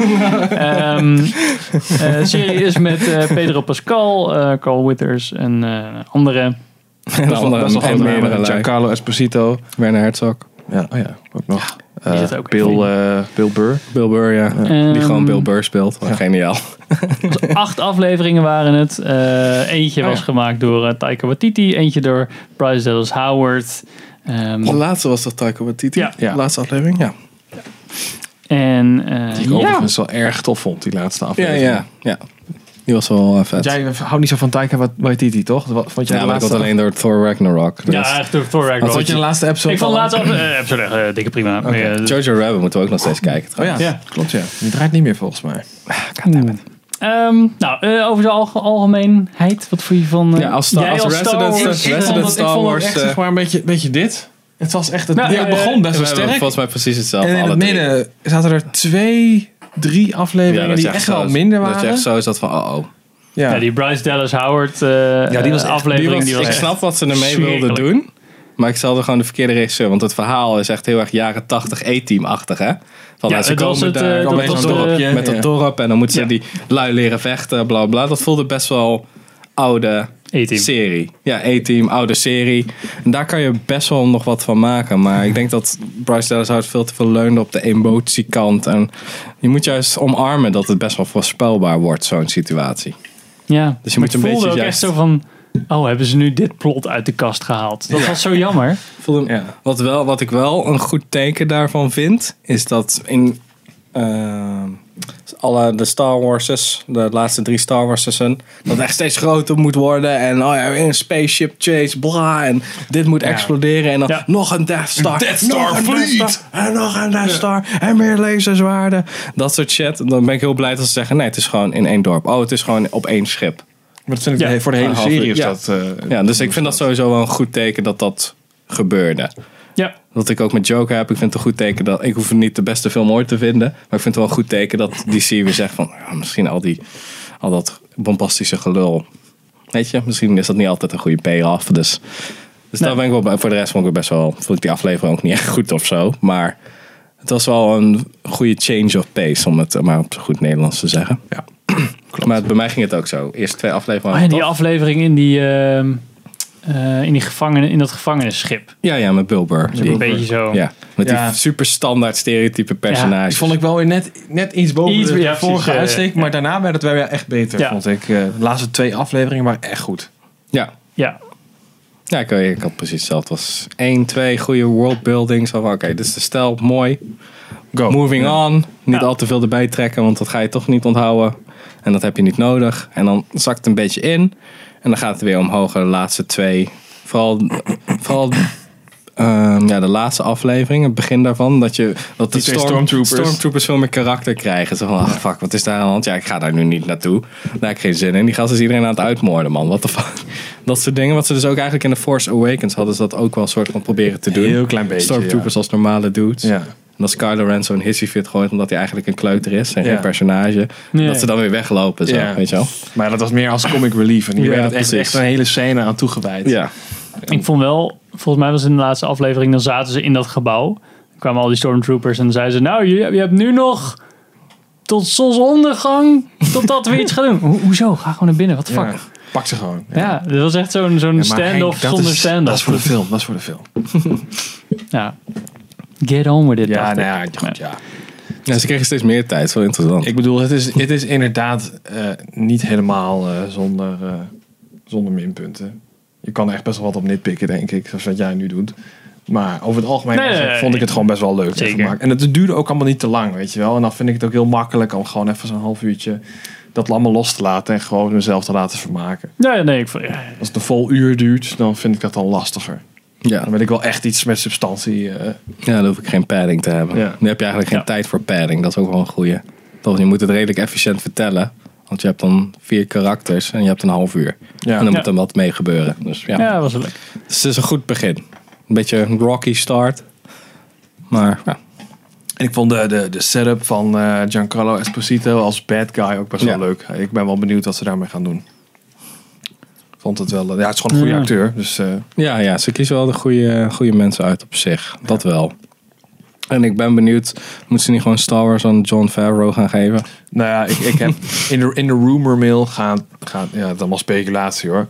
Serie is met Pedro Pascal, Carl Weathers en anderen. En meerdere Giancarlo Esposito. Werner Herzog. Ja, ook nog. Die zit ook Bill Burr. Bill Burr, ja. Die gewoon Bill Burr speelt. Geniaal. 8 afleveringen waren het. Eentje was gemaakt door Taika Waititi. Eentje door Bryce Dallas Howard. De laatste was toch Taika Waititi? Ja. De laatste aflevering, ja. En Die ik overigens wel erg tof vond, die laatste aflevering. Ja. Die was wel vet. Jij houdt niet zo van Taika Waititi, toch? Vond jij Ja, maar ik had alleen door Thor Ragnarok. Dus. ja, echt door Thor Wat Ragnarok. vond je de laatste episode? Ik vond de laatste episode dikke prima. Okay. Jojo Rabbit moeten we ook nog steeds kijken. Oh ja, klopt ja. Die draait niet meer volgens mij. Over de algemeenheid, wat vond je van... als Resident Star Wars... echt zeg maar een beetje dit. Het was echt... Het begon best wel sterk. Volgens mij precies hetzelfde. En in het midden zaten er 2-3 afleveringen die echt wel minder waren. Dat je echt zo is dat van Ja, die Bryce Dallas Howard die was aflevering. Die was ik snap wat ze ermee wilden doen. Maar ik stelde gewoon de verkeerde regisseur. Want het verhaal is echt heel erg jaren 80 A-team-achtig, hè? Van, ze komen daar met dat dorp. En dan moeten ze die lui leren vechten, bla bla. Dat voelde best wel oude serie. Ja, A-team, oude serie. En daar kan je best wel nog wat van maken. Maar ik denk dat Bryce Dallas Howard veel te veel leunde op de emotiekant. En je moet juist omarmen dat het best wel voorspelbaar wordt, zo'n situatie. Ja, dus je moet een beetje ook echt zo van... hebben ze nu dit plot uit de kast gehaald? Dat was zo jammer. Wat ik wel een goed teken daarvan vind, is dat in de Star Wars's, de laatste 3 Star Wars's, dat het echt steeds groter moet worden. En een spaceship chase, bla. En dit moet exploderen. En dan nog een Death Star. En nog een Death Star. En meer laserzwaarden. Dat soort shit. Dan ben ik heel blij dat ze zeggen, nee, het is gewoon in 1 dorp. Het is gewoon op 1 schip. Maar dat vind ik voor de hele serie is dat... dus ik vind dat sowieso wel een goed teken dat gebeurde. Ja. Wat ik ook met Joker heb. Ik vind het een goed teken dat... Ik hoef het niet de beste film ooit te vinden. Maar ik vind het wel een goed teken dat DC weer zegt van... misschien al dat bombastische gelul. Weet je? Misschien is dat niet altijd een goede payoff. Dus daar ben ik wel bij. Voor de rest vond ik die aflevering ook niet echt goed of zo. Maar het was wel een goede change of pace. Om het maar op zo goed Nederlands te zeggen. Ja. Klopt. Maar bij mij ging het ook zo. Eerst 2 afleveringen. Die aflevering in dat gevangenisschip. Ja, met Bill Burr. Een beetje zo. Ja, met die super standaard stereotype personages. Die vond ik wel weer net iets boven de vorige uitsteek. Maar daarna werd het wel weer echt beter, vond ik. De laatste 2 afleveringen waren echt goed. Ja, ik had precies hetzelfde. Het was 1, 2 goede worldbuilding. Zo van, oké, dit is de stijl, mooi. Go. Moving on. Niet al te veel erbij trekken, want dat ga je toch niet onthouden. En dat heb je niet nodig. En dan zakt het een beetje in. En dan gaat het weer omhoog. De laatste 2. Vooral de laatste aflevering. Het begin daarvan. Dat de stormtroopers veel meer karakter krijgen. Zo van, fuck, wat is daar aan de hand? Ja, ik ga daar nu niet naartoe. Daar heb ik geen zin in. Die gasten is iedereen aan het uitmoorden, man. What the fuck? Dat soort dingen. Wat ze dus ook eigenlijk in The Force Awakens hadden. Ze dat ook wel een soort van proberen te doen. Heel klein beetje. Stormtroopers als normale dudes. Ja. En als Kylo Ren zo'n hissy fit gooit omdat hij eigenlijk een kleuter is en geen personage. Nee. Dat ze dan weer weglopen. Zo, weet je wel. Maar dat was meer als comic relief. En hier werd het echt een hele scène aan toegewijd. Ja. Ik vond wel, volgens mij was het in de laatste aflevering, dan zaten ze in dat gebouw. Dan kwamen al die stormtroopers en dan zeiden ze, nou, je hebt nu nog tot zonsondergang totdat we iets gaan doen. Hoezo? Ga gewoon naar binnen. Wat de fuck? Pak ze gewoon. Ja, dat was echt zo'n stand-off zonder stand-off. Dat is voor de film. Ja. Get on with it. Ja, ze kregen steeds meer tijd. Zo interessant. Ik bedoel, het is inderdaad niet helemaal zonder minpunten. Je kan er echt best wel wat op nitpikken, denk ik. Zoals wat jij nu doet. Maar over het algemeen vond ik het gewoon best wel leuk gemaakt. En het duurde ook allemaal niet te lang, weet je wel. En dan vind ik het ook heel makkelijk om gewoon even zo'n half uurtje dat allemaal los te laten en gewoon mezelf te laten vermaken. Als het een vol uur duurt, dan vind ik dat al lastiger. Ja. Dan wil ik wel echt iets met substantie. Ja, dan hoef ik geen padding te hebben. Ja. Nu heb je eigenlijk geen tijd voor padding. Dat is ook wel een goeie. Toch, je moet het redelijk efficiënt vertellen. Want je hebt dan 4 karakters en je hebt een half uur. Ja. En dan moet er wat mee gebeuren. Dus dat was wel leuk. Dus het is een goed begin. Een beetje een rocky start. Maar ja. En ik vond de setup van Giancarlo Esposito als bad guy ook best wel leuk. Ik ben wel benieuwd wat ze daarmee gaan doen. Vond het wel. Ja, het is gewoon een goede acteur. Dus, ja, ze kiezen wel de goede mensen uit op zich. Dat wel. En ik ben benieuwd, moeten ze niet gewoon Star Wars aan Jon Favreau gaan geven? Nou ja, ik heb in de rumor mail gaat ja, dat is allemaal speculatie hoor.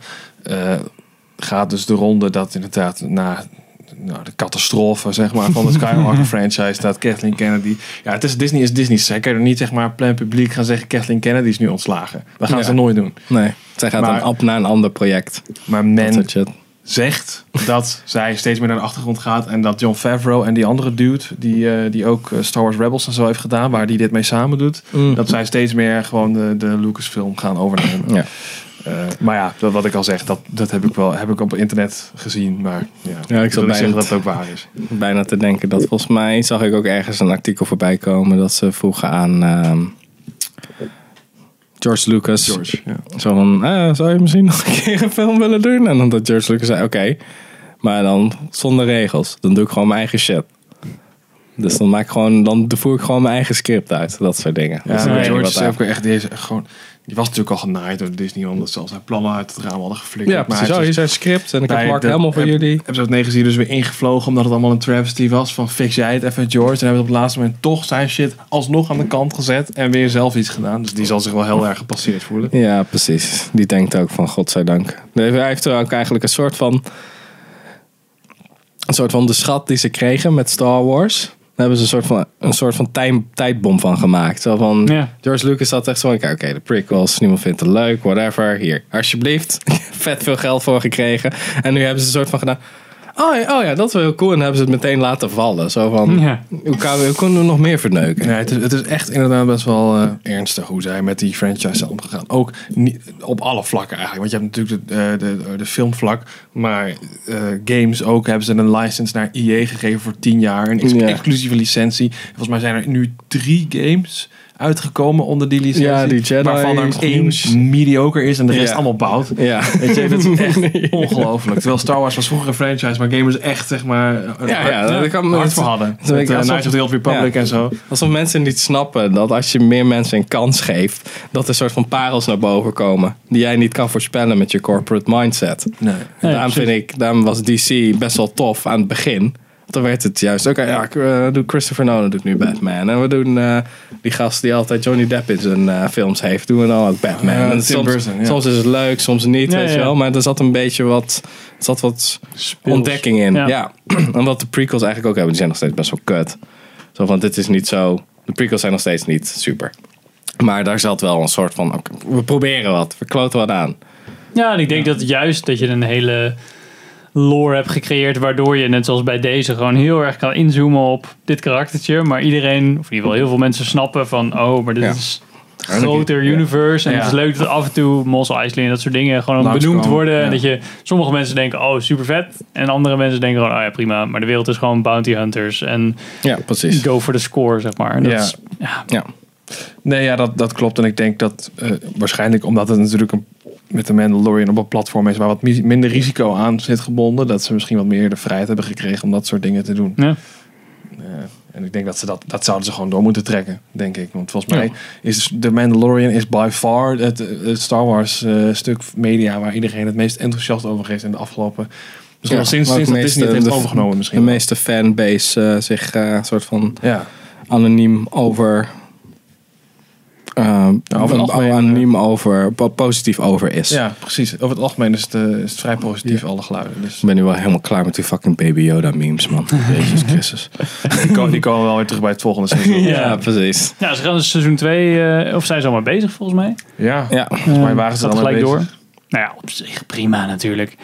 Gaat dus de ronde dat inderdaad na de catastrofe zeg maar van de Skywalker franchise dat Kathleen Kennedy. Ja, het is Disney. Zij kunnen niet zeg maar plein publiek gaan zeggen Kathleen Kennedy is nu ontslagen. Dat gaan ze nooit doen. Nee, zij gaat dan op naar een ander project. Maar zegt dat zij steeds meer naar de achtergrond gaat. En dat Jon Favreau en die andere dude, die ook Star Wars Rebels en zo heeft gedaan, waar die dit mee samen doet, dat zij steeds meer gewoon de Lucasfilm gaan overnemen. Ja. Maar ja, dat wat ik al zeg, dat heb ik op internet gezien. Maar ja, ik zal wil zeggen dat het ook waar is. Bijna te denken dat volgens mij zag ik ook ergens een artikel voorbij komen dat ze vroegen aan George Lucas. Zo van, zou je misschien nog een keer een film willen doen? En dan dat George Lucas zei, oké, maar dan zonder regels. Dan doe ik gewoon mijn eigen shit. Dus dan voer ik gewoon mijn eigen script uit. Dat soort dingen. Ja, George is ook echt die was natuurlijk al genaaid door Disney, omdat ze al zijn plannen uit het raam hadden geflikt. Ja, maar hier is een script en ik heb Mark helemaal voor jullie. Hebben ze het 9 dus weer ingevlogen, omdat het allemaal een travesty was van fix jij het even George. En hebben we op het laatste moment toch zijn shit alsnog aan de kant gezet en weer zelf iets gedaan. Dus die zal zich wel heel erg gepasseerd voelen. Ja, precies. Die denkt ook van godzijdank. Hij heeft er ook eigenlijk een soort van de schat die ze kregen met Star Wars. Daar hebben ze een soort van tijdbom van gemaakt. Zo van, George Lucas had echt zo van, oké, de prequels, niemand vindt het leuk, whatever. Hier, alsjeblieft. Vet veel geld voor gekregen. En nu hebben ze een soort van gedaan, oh ja, dat is wel heel cool. En dan hebben ze het meteen laten vallen. Zo van, hoe kunnen we nog meer verneuken? Ja, het is echt inderdaad best wel ernstig hoe zij met die franchise zijn omgegaan. Ook niet, op alle vlakken eigenlijk. Want je hebt natuurlijk de filmvlak. Maar games ook hebben ze een license naar EA gegeven voor 10 jaar. Een exclusieve licentie. Volgens mij zijn er nu 3 games uitgekomen onder die licentie. Ja, die Jedi. Waarvan er 1 mediocre is en de rest allemaal bouwt. Ja. Weet je, dat is echt ongelooflijk. Terwijl Star Wars was vroeger een franchise, maar gamers echt, zeg maar, hard voor hadden. Met Knights of the Old Republic en zo. Alsof mensen niet snappen dat als je meer mensen een kans geeft, dat er soort van parels naar boven komen. Die jij niet kan voorspellen met je corporate mindset. Daarom was DC best wel tof aan het begin. Dan werd het juist, doe Christopher Nolan doet nu Batman. En we doen die gast die altijd Johnny Depp in zijn films heeft, doen we dan ook Batman. En soms is het leuk, soms niet, weet je wel. Maar er zat een beetje wat ontdekking in. Ja. En wat de prequels eigenlijk ook hebben, die zijn nog steeds best wel kut. Zo van, dit is niet zo, de prequels zijn nog steeds niet super. Maar daar zat wel een soort van, we proberen wat, we kloten wat aan. Ja, en ik denk dat juist dat je een hele lore hebt gecreëerd, waardoor je, net zoals bij deze, gewoon heel erg kan inzoomen op dit karaktertje. Maar iedereen, of in ieder geval heel veel mensen snappen van, maar dit is een groter universe. En het is leuk dat af en toe Mos Eisley en dat soort dingen gewoon benoemd worden. En dat je, sommige mensen denken, super vet. En andere mensen denken gewoon, prima. Maar de wereld is gewoon bounty hunters. En precies. Go for the score, zeg maar. En dat Nee, dat klopt. En ik denk dat waarschijnlijk, omdat het natuurlijk met de Mandalorian op een platform is waar wat minder risico aan zit gebonden, dat ze misschien wat meer de vrijheid hebben gekregen om dat soort dingen te doen. Ja. En ik denk dat ze dat zouden ze gewoon door moeten trekken, denk ik. Want volgens mij is de Mandalorian is by far het Star Wars stuk media waar iedereen het meest enthousiast over is in de afgelopen. Misschien al sinds dat Disney het heeft overgenomen misschien. De meeste fanbase zich soort van anoniem over positief over is. Ja, precies. Over het algemeen is het vrij positief, alle geluiden. Dus. Ik ben nu wel helemaal klaar met die fucking Baby Yoda memes, man. Jezus Christus. Die komen wel weer terug bij het volgende seizoen. Ja, precies. Ja, ze gaan dus seizoen 2, of zijn ze al maar bezig volgens mij? Ja. Volgens mij waren ze dan gelijk bezig. Door. Nou ja, op zich prima natuurlijk.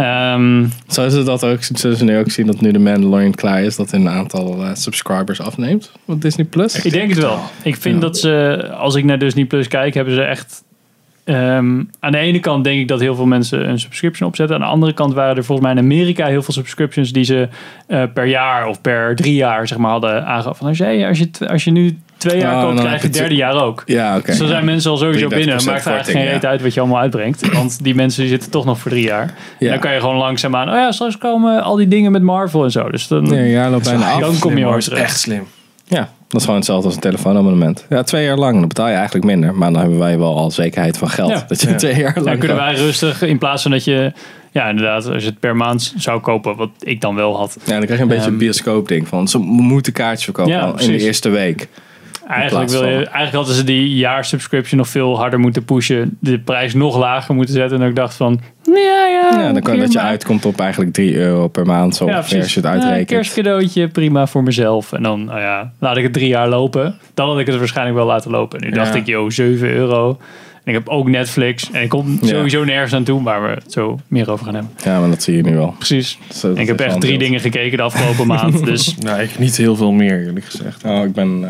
Zullen ze nu ook zien dat nu de Mandalorian klaar is, dat een aantal subscribers afneemt op Disney Plus? Ik denk het wel. Ik vind dat ze, als ik naar Disney Plus kijk, hebben ze echt aan de ene kant denk ik dat heel veel mensen een subscription opzetten. Aan de andere kant waren er volgens mij in Amerika heel veel subscriptions die ze per jaar of per 3 jaar zeg maar hadden aangegeven. Als je nu 2 jaar koopt, krijg je het 3e jaar ook. Ja, oké. Dus dan zijn mensen al sowieso binnen. Maakt eigenlijk geen reet uit wat je allemaal uitbrengt. Want die mensen die zitten toch nog voor 3 jaar. Ja. En dan kan je gewoon langzaamaan, straks komen al die dingen met Marvel en zo. Dus dan, dan kom je ooit terug. Echt slim. Ja, dat is gewoon hetzelfde als een telefoonabonnement. Ja, 2 jaar lang, dan betaal je eigenlijk minder. Maar dan hebben wij wel al zekerheid van geld. Ja. Dat je 2 jaar lang dan kunnen wij rustig, in plaats van dat je, inderdaad, als je het per maand zou kopen, wat ik dan wel had. Ja, dan krijg je een beetje een bioscoop ding van, ze moeten kaartjes verkopen in de eerste week. Eigenlijk hadden ze die jaarsubscription nog veel harder moeten pushen. De prijs nog lager moeten zetten. En ik dacht van, dan kan dat je uitkomt op eigenlijk €3 per maand. Zo als je het uitrekent. Kerstcadeautje, prima voor mezelf. En dan, laat ik het 3 jaar lopen. Dan had ik het waarschijnlijk wel laten lopen. Nu dacht ik, €7. En ik heb ook Netflix. En ik kom sowieso nergens aan toe, waar we het zo meer over gaan hebben. Ja, maar dat zie je nu wel. Precies. En ik heb echt 3 dingen gekeken de afgelopen maand. Dus. Nou, ik niet heel veel meer, eerlijk gezegd. Oh, ik ben...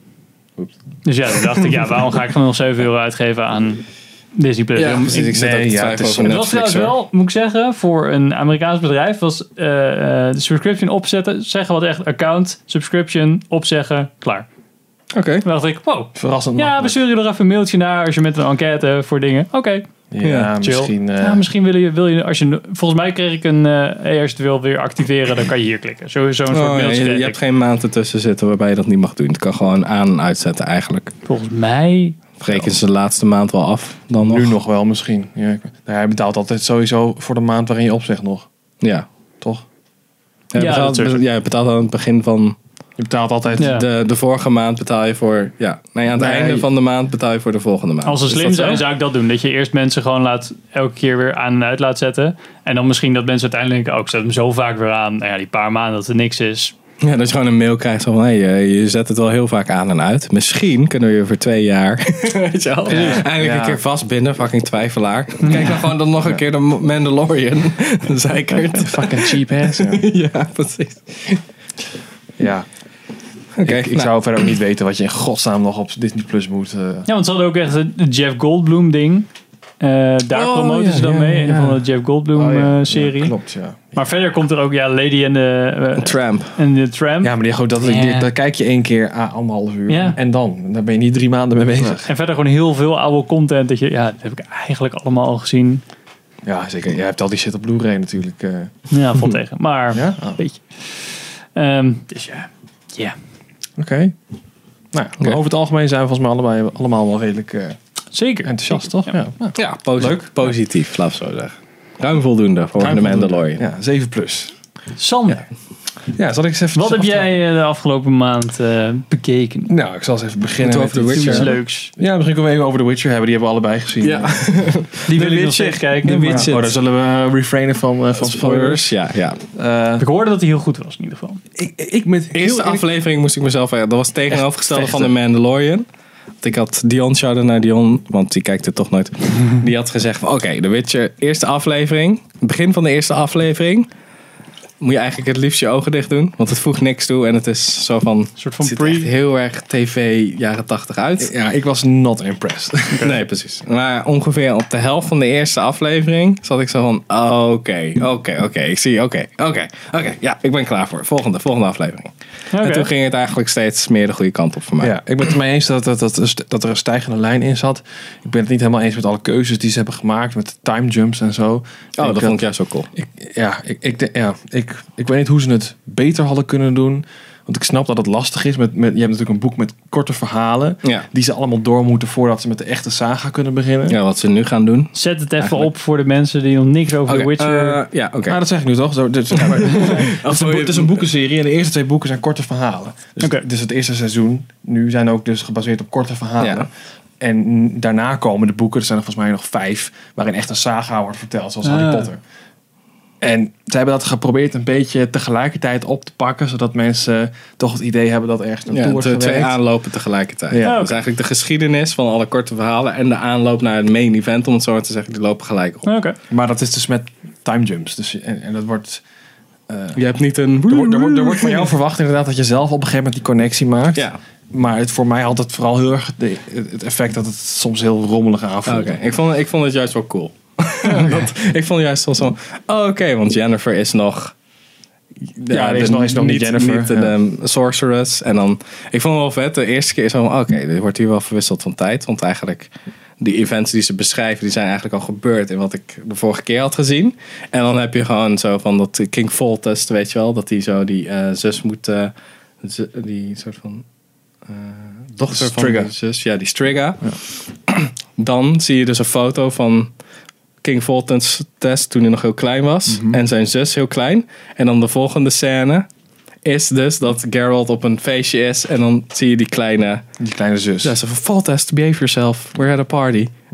Dus ja, toen dacht ik, waarom ga ik gewoon nog €7 uitgeven aan Disney Plus? Ja, precies. Ik zit ook te twijfelen over Het was trouwens wel, moet ik zeggen, voor een Amerikaans bedrijf was de subscription opzetten, zeggen wat echt account, subscription, opzeggen, klaar. Oké. Toen dacht ik, wow. Verrassend. Ja, we sturen je er even een mailtje naar als je met een enquête voor dingen. Oké. Ja, misschien... misschien wil je, als je... Volgens mij kreeg ik een... als je het wil weer activeren, dan kan je hier klikken. Zo'n soort mailtje. Je hebt geen maand ertussen zitten waarbij je dat niet mag doen. Het kan gewoon aan- en uitzetten eigenlijk. Volgens mij... Rekenen ze de laatste maand wel af dan nog? Nu nog wel misschien. Ja, je betaalt altijd sowieso voor de maand waarin je opzegt nog. Ja. Toch? Je betaalt aan het begin van... Je betaalt altijd... Ja. De vorige maand betaal je voor... Ja. Nee, aan het einde van de maand betaal je voor de volgende maand. Als ze slim zijn, zou ik dat doen. Dat je eerst mensen gewoon elke keer weer aan en uit laat zetten. En dan misschien dat mensen uiteindelijk denken... ik zet hem zo vaak weer aan. Nou ja, die paar maanden dat er niks is... Ja, dat je gewoon een mail krijgt van... je zet het wel heel vaak aan en uit. Misschien kunnen we je voor 2 jaar... Weet je wel? Ja. Eindelijk een keer vastbinden. Fucking twijfelaar. Kijk dan gewoon dan nog een keer de Mandalorian. Zeikert. Fucking cheap ass. Ja, precies. Ja. Okay, ik zou verder ook niet weten wat je in godsnaam nog op Disney Plus moet. Ja, want ze hadden ook echt het Jeff Goldblum ding. Daar promoten ze dan mee. Een van de Jeff Goldblum serie. Ja, klopt, ja. Maar verder komt er ook Lady en de Tramp. En de Tramp. Ja, maar daar kijk je 1 keer 1,5 uur. Ja. En daar ben je niet 3 maanden mee bezig. En verder gewoon heel veel oude content. Dat dat heb ik eigenlijk allemaal al gezien. Ja, zeker. Je hebt al die shit op Blu-ray natuurlijk. Ja, valt tegen. Maar een beetje. Dus ja. Oké. Nou, over het algemeen zijn we volgens mij allemaal wel redelijk zeker enthousiast, toch? Ja, leuk. Positief, laat zo zeggen. Ruim voldoende voor de Mandalorian. Ja, 7 plus. Sander. Ja, zal ik eens even... Wat heb jij de afgelopen maand bekeken? Nou, ik zal eens even beginnen met The Witcher. Iets leuks. Ja, misschien kunnen we even over The Witcher hebben. Die hebben we allebei gezien. Ja. Die wil ik nog steeds kijken. Daar zullen we refrainen van spoilers. Ja. Ik hoorde dat hij heel goed was in ieder geval. De eerste aflevering moest ik mezelf... Dat was het tegenovergestelde van de Mandalorian. Ik had Dion, shout-out naar Dion, want die kijkt het toch nooit. Die had gezegd van oké, The Witcher, eerste aflevering. Begin van de eerste aflevering moet je eigenlijk het liefst je ogen dicht doen. Want het voegt niks toe en het is zo van... soort van het ziet echt heel erg tv jaren 80 uit. Ja, ik was not impressed. Nee, precies. Maar ongeveer op de helft van de eerste aflevering zat ik zo van... Oké, ik zie, oké. Ja, ik ben klaar voor. Volgende aflevering. Okay. En toen ging het eigenlijk steeds meer de goede kant op voor mij. Ja, ik ben het ermee eens dat er een stijgende lijn in zat. Ik ben het niet helemaal eens met alle keuzes die ze hebben gemaakt. Met de time jumps en zo. Dat vond ik juist zo cool. Ik weet niet hoe ze het beter hadden kunnen doen. Want ik snap dat het lastig is. Je hebt natuurlijk een boek met korte verhalen. Ja. Die ze allemaal door moeten voordat ze met de echte saga kunnen beginnen. Ja, wat ze nu gaan doen. Zet het even op voor de mensen die nog niks over The Witcher... Nou, dat zeg ik nu toch? Het is een boekenserie en de eerste 2 boeken zijn korte verhalen. Dus het eerste seizoen nu zijn ook dus gebaseerd op korte verhalen. Ja. En daarna komen de boeken, er zijn er volgens mij nog 5... waarin echt een saga wordt verteld, zoals Harry Potter. En ze hebben dat geprobeerd een beetje tegelijkertijd op te pakken, zodat mensen toch het idee hebben dat er ergens naartoe wordt gewerkt. 2 aanlopen tegelijkertijd. Ja. Dus eigenlijk de geschiedenis van alle korte verhalen en de aanloop naar het main event, om het zo maar te zeggen, die lopen gelijk op. Okay. Maar dat is dus met time jumps. Dus, en dat wordt... je hebt niet een... Er wordt van jou verwacht inderdaad dat je zelf op een gegeven moment die connectie maakt. Ja. Maar voor mij had het vooral heel erg het effect dat het soms heel rommelig aanvoelt. Ik vond het juist wel cool. Ik vond juist wel zo... want Jennifer is nog... is nog niet Jennifer. Niet de sorceress. En dan... Ik vond het wel vet. De eerste keer zo... dit wordt hier wel verwisseld van tijd. Want eigenlijk... Die events die ze beschrijven... Die zijn eigenlijk al gebeurd in wat ik de vorige keer had gezien. En dan heb je gewoon zo van dat King Foltest, weet je wel. Dat die zo die zus moet... die soort van... dochter Striga. Van die zus. Ja, die Striga. Ja. Dan zie je dus een foto van... King Fulton's test toen hij nog heel klein was. Mm-hmm. En zijn zus heel klein. En dan de volgende scène is dus dat Geralt op een feestje is. En dan zie je die kleine zus. Ja, ze van Foltest, behave yourself. We're at a party. En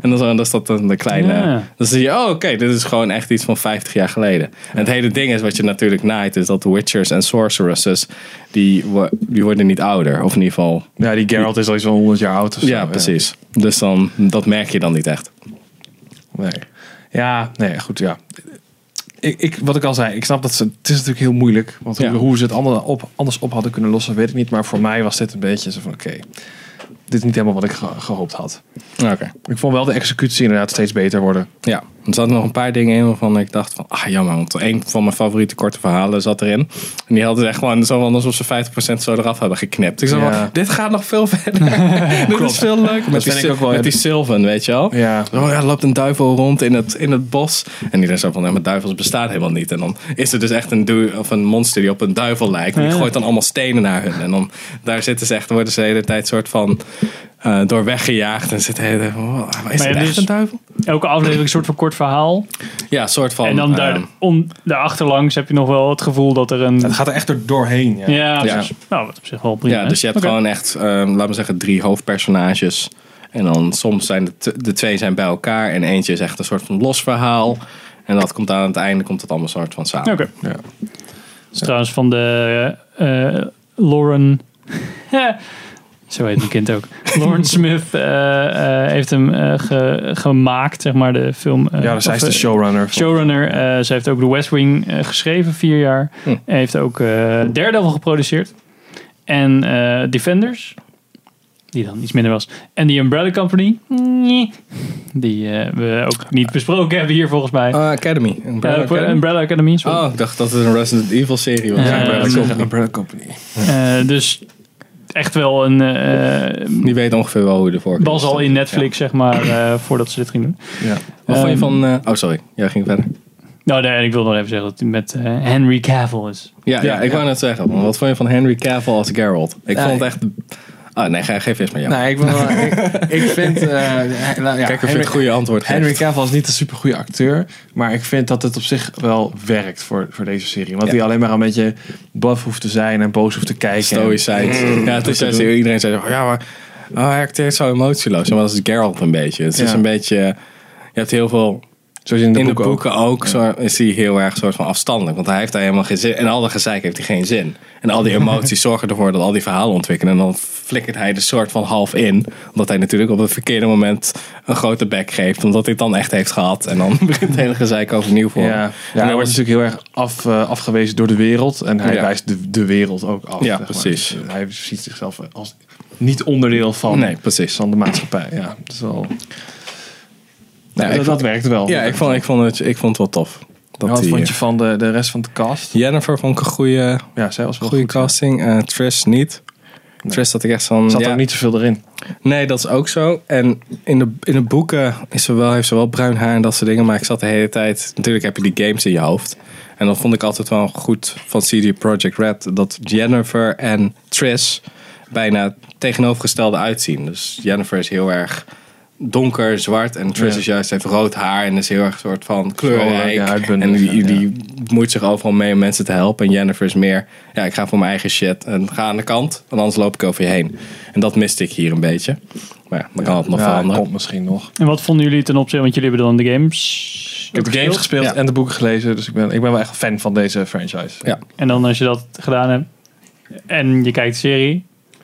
En dan is dat de kleine... Ja. Dan zie je, oké, dit is gewoon echt iets van 50 jaar geleden. En het hele ding is, wat je natuurlijk naait, is dat witchers en sorceresses, die worden niet ouder. Of in ieder geval... Ja, die Geralt is al iets van 100 jaar oud of zo. Ja, precies. Dus dan, dat merk je dan niet echt. Nee. Ja, nee, goed, ja. Wat ik al zei, ik snap dat het is natuurlijk heel moeilijk. Want hoe ze het anders op hadden kunnen lossen, weet ik niet. Maar voor mij was dit een beetje zo van, oké, dit is niet helemaal wat ik gehoopt had. Oké. Ik vond wel de executie inderdaad steeds beter worden. Ja, er zaten nog een paar dingen in waarvan ik dacht van, jammer, want een van mijn favoriete korte verhalen zat erin. En die hadden echt gewoon zo van alsof ze 50% zo eraf hadden geknipt. Ik zei van, dit gaat nog veel verder. Dit is veel leuker. Met die Sylvan, weet je wel. Ja. Er loopt een duivel rond in het bos. En die zo van, maar duivels bestaan helemaal niet. En dan is er dus echt een monster die op een duivel lijkt. En die gooit dan allemaal stenen naar hun. En dan daar zitten ze echt, worden ze de hele tijd soort van door weggejaagd. En zitten is het echt dus een duivel? Elke aflevering een soort van kort verhaal. Ja, soort van. En dan daarachterlangs heb je nog wel het gevoel dat er een... Het gaat er echt doorheen. Ja. Nou, wat op zich wel prima. Ja, dus je hebt gewoon echt, laten we zeggen, 3 hoofdpersonages. En dan soms zijn de 2 zijn bij elkaar. En eentje is echt een soort van los verhaal. En dat komt aan het einde allemaal soort van samen. Oké. Ja. Dat is trouwens van de Lauren... Zo heet die kind ook. Lauren Smith heeft hem gemaakt, zeg maar, de film. Dus hij is de showrunner. Ze heeft ook The West Wing geschreven, 4 jaar. Heeft ook Daredevil geproduceerd. En Defenders, die dan iets minder was. En die Umbrella Company, die we ook niet besproken hebben hier volgens mij. Academy. Umbrella Academy. Sorry. Oh, ik dacht dat het een Resident Evil serie was. Umbrella Company. Dus echt wel een... die weet ongeveer wel hoe je ervoor was al in Netflix, zeg maar, voordat ze dit ging doen. Ja. Wat vond je van... sorry. Jij ging verder. Nou, nee, ik wil nog even zeggen dat hij met Henry Cavill is. Ja, ik wou net zeggen. Wat vond je van Henry Cavill als Geralt? Ik vond het echt... nee, geef eerst maar jou. Nee, ik vind... Kijk of je het goede antwoord geeft. Henry Cavill is niet een super goede acteur. Maar ik vind dat het op zich wel werkt voor deze serie. Want hij alleen maar een beetje buff hoeft te zijn en boos hoeft te kijken. Stoïcijns. Het is iedereen zei, maar hij acteert zo emotieloos. Maar dat is Geralt een beetje. Het is een beetje... Je hebt heel veel... Zoals in de boeken ook zo is hij heel erg soort van afstandelijk. Want hij heeft daar helemaal geen zin. En al dat gezeik heeft hij geen zin. En al die emoties zorgen ervoor dat al die verhalen ontwikkelen. En dan flikkert hij er soort van half in. Omdat hij natuurlijk op het verkeerde moment een grote bek geeft. Omdat hij het dan echt heeft gehad. En dan begint het hele gezeik overnieuw voor hem. Hij wordt natuurlijk heel erg afgewezen door de wereld. En hij wijst de wereld ook af. Ja, precies. Dus hij ziet zichzelf als niet onderdeel van de maatschappij. Ja, dat is wel... dat werkte wel. Ja, ik vond het wel tof. Wat vond je van de rest van de cast? Jennifer vond ik een goede, zij was wel goede goed, casting. Trish niet. Nee. Trish had ik echt van... Zat ook niet zoveel erin. Nee, dat is ook zo. En in de boeken heeft ze wel bruin haar en dat soort dingen. Maar ik zat de hele tijd... Natuurlijk heb je die games in je hoofd. En dat vond ik altijd wel goed van CD Projekt Red. Dat Jennifer en Trish bijna tegenovergestelde uitzien. Dus Jennifer is heel erg... donker, zwart. En Trish is juist heeft rood haar. En is heel erg een soort van kleurrijk. En die moeit zich overal mee om mensen te helpen. En Jennifer is meer... ik ga voor mijn eigen shit. En ga aan de kant. Want anders loop ik over je heen. En dat miste ik hier een beetje. Maar dan kan het nog veranderen. Komt misschien nog. En wat vonden jullie ten opzichte... Want jullie hebben dan de games... Ik heb de games gespeeld en de boeken gelezen. Dus ik ben wel echt fan van deze franchise. Ja. En dan als je dat gedaan hebt... En je kijkt de serie...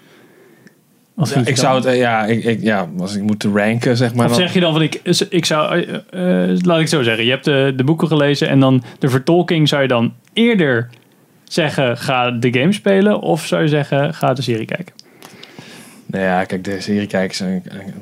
ik zou het, als ik moet ranken, zeg maar. Of zeg je dan van ik zou, laat ik zo zeggen, je hebt de boeken gelezen en dan de vertolking, zou je dan eerder zeggen ga de game spelen of zou je zeggen ga de serie kijken? Nou ja, kijk, de serie kijken.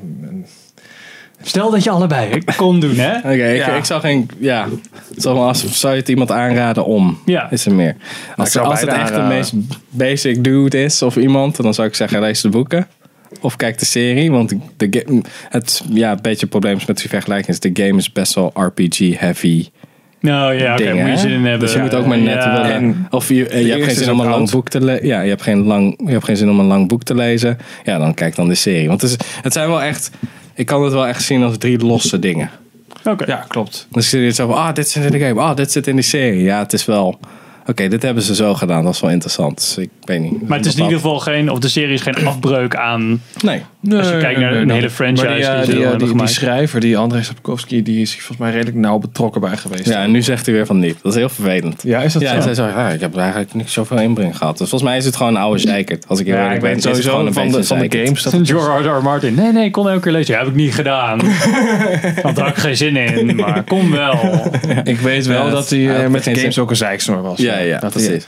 Stel dat je allebei kon doen, hè? Oké, ik zou geen... Ja, zou je het iemand aanraden om? Ja. Is er meer. Als het echt de meest basic dude is of iemand, dan zou ik zeggen lees de boeken. Of kijk de serie. Want het beetje het probleem is met die vergelijking is de game is best wel RPG heavy. Nou ja, oké, moet je zin in hebben. Dus je moet ook maar net willen. Of je hebt geen zin om een lang boek te lezen. Ja, je hebt geen zin om een lang boek te lezen. Ja, dan kijk dan de serie. Want het zijn wel echt... Ik kan het wel echt zien als 3 losse dingen. Oké. Ja, klopt. Dus je zo van, dit zit in de game. Dit zit in die serie. Ja, het is wel... Oké, dit hebben ze zo gedaan. Dat is wel interessant. Dus ik weet niet. Maar het is in ieder geval de serie is geen afbreuk aan... Nee. Als je kijkt naar een hele franchise. Die schrijver, die Andrzej Sapkowski, die is volgens mij redelijk nauw betrokken bij geweest. Ja, en nu zegt hij weer van niet. Dat is heel vervelend. Ja, is dat zo? Hij zei ik heb eigenlijk niet zoveel inbreng gehad. Dus volgens mij is het gewoon een oude zeikert. Als ik heel eerlijk ben, sowieso gewoon van de games. George R. Martin. Nee, ik kon elke keer lezen. Ja, heb ik niet gedaan. Want daar had ik geen zin in. Maar kom wel. Ik weet wel dat hij met de games ook een zeiksnor was. Ja, precies.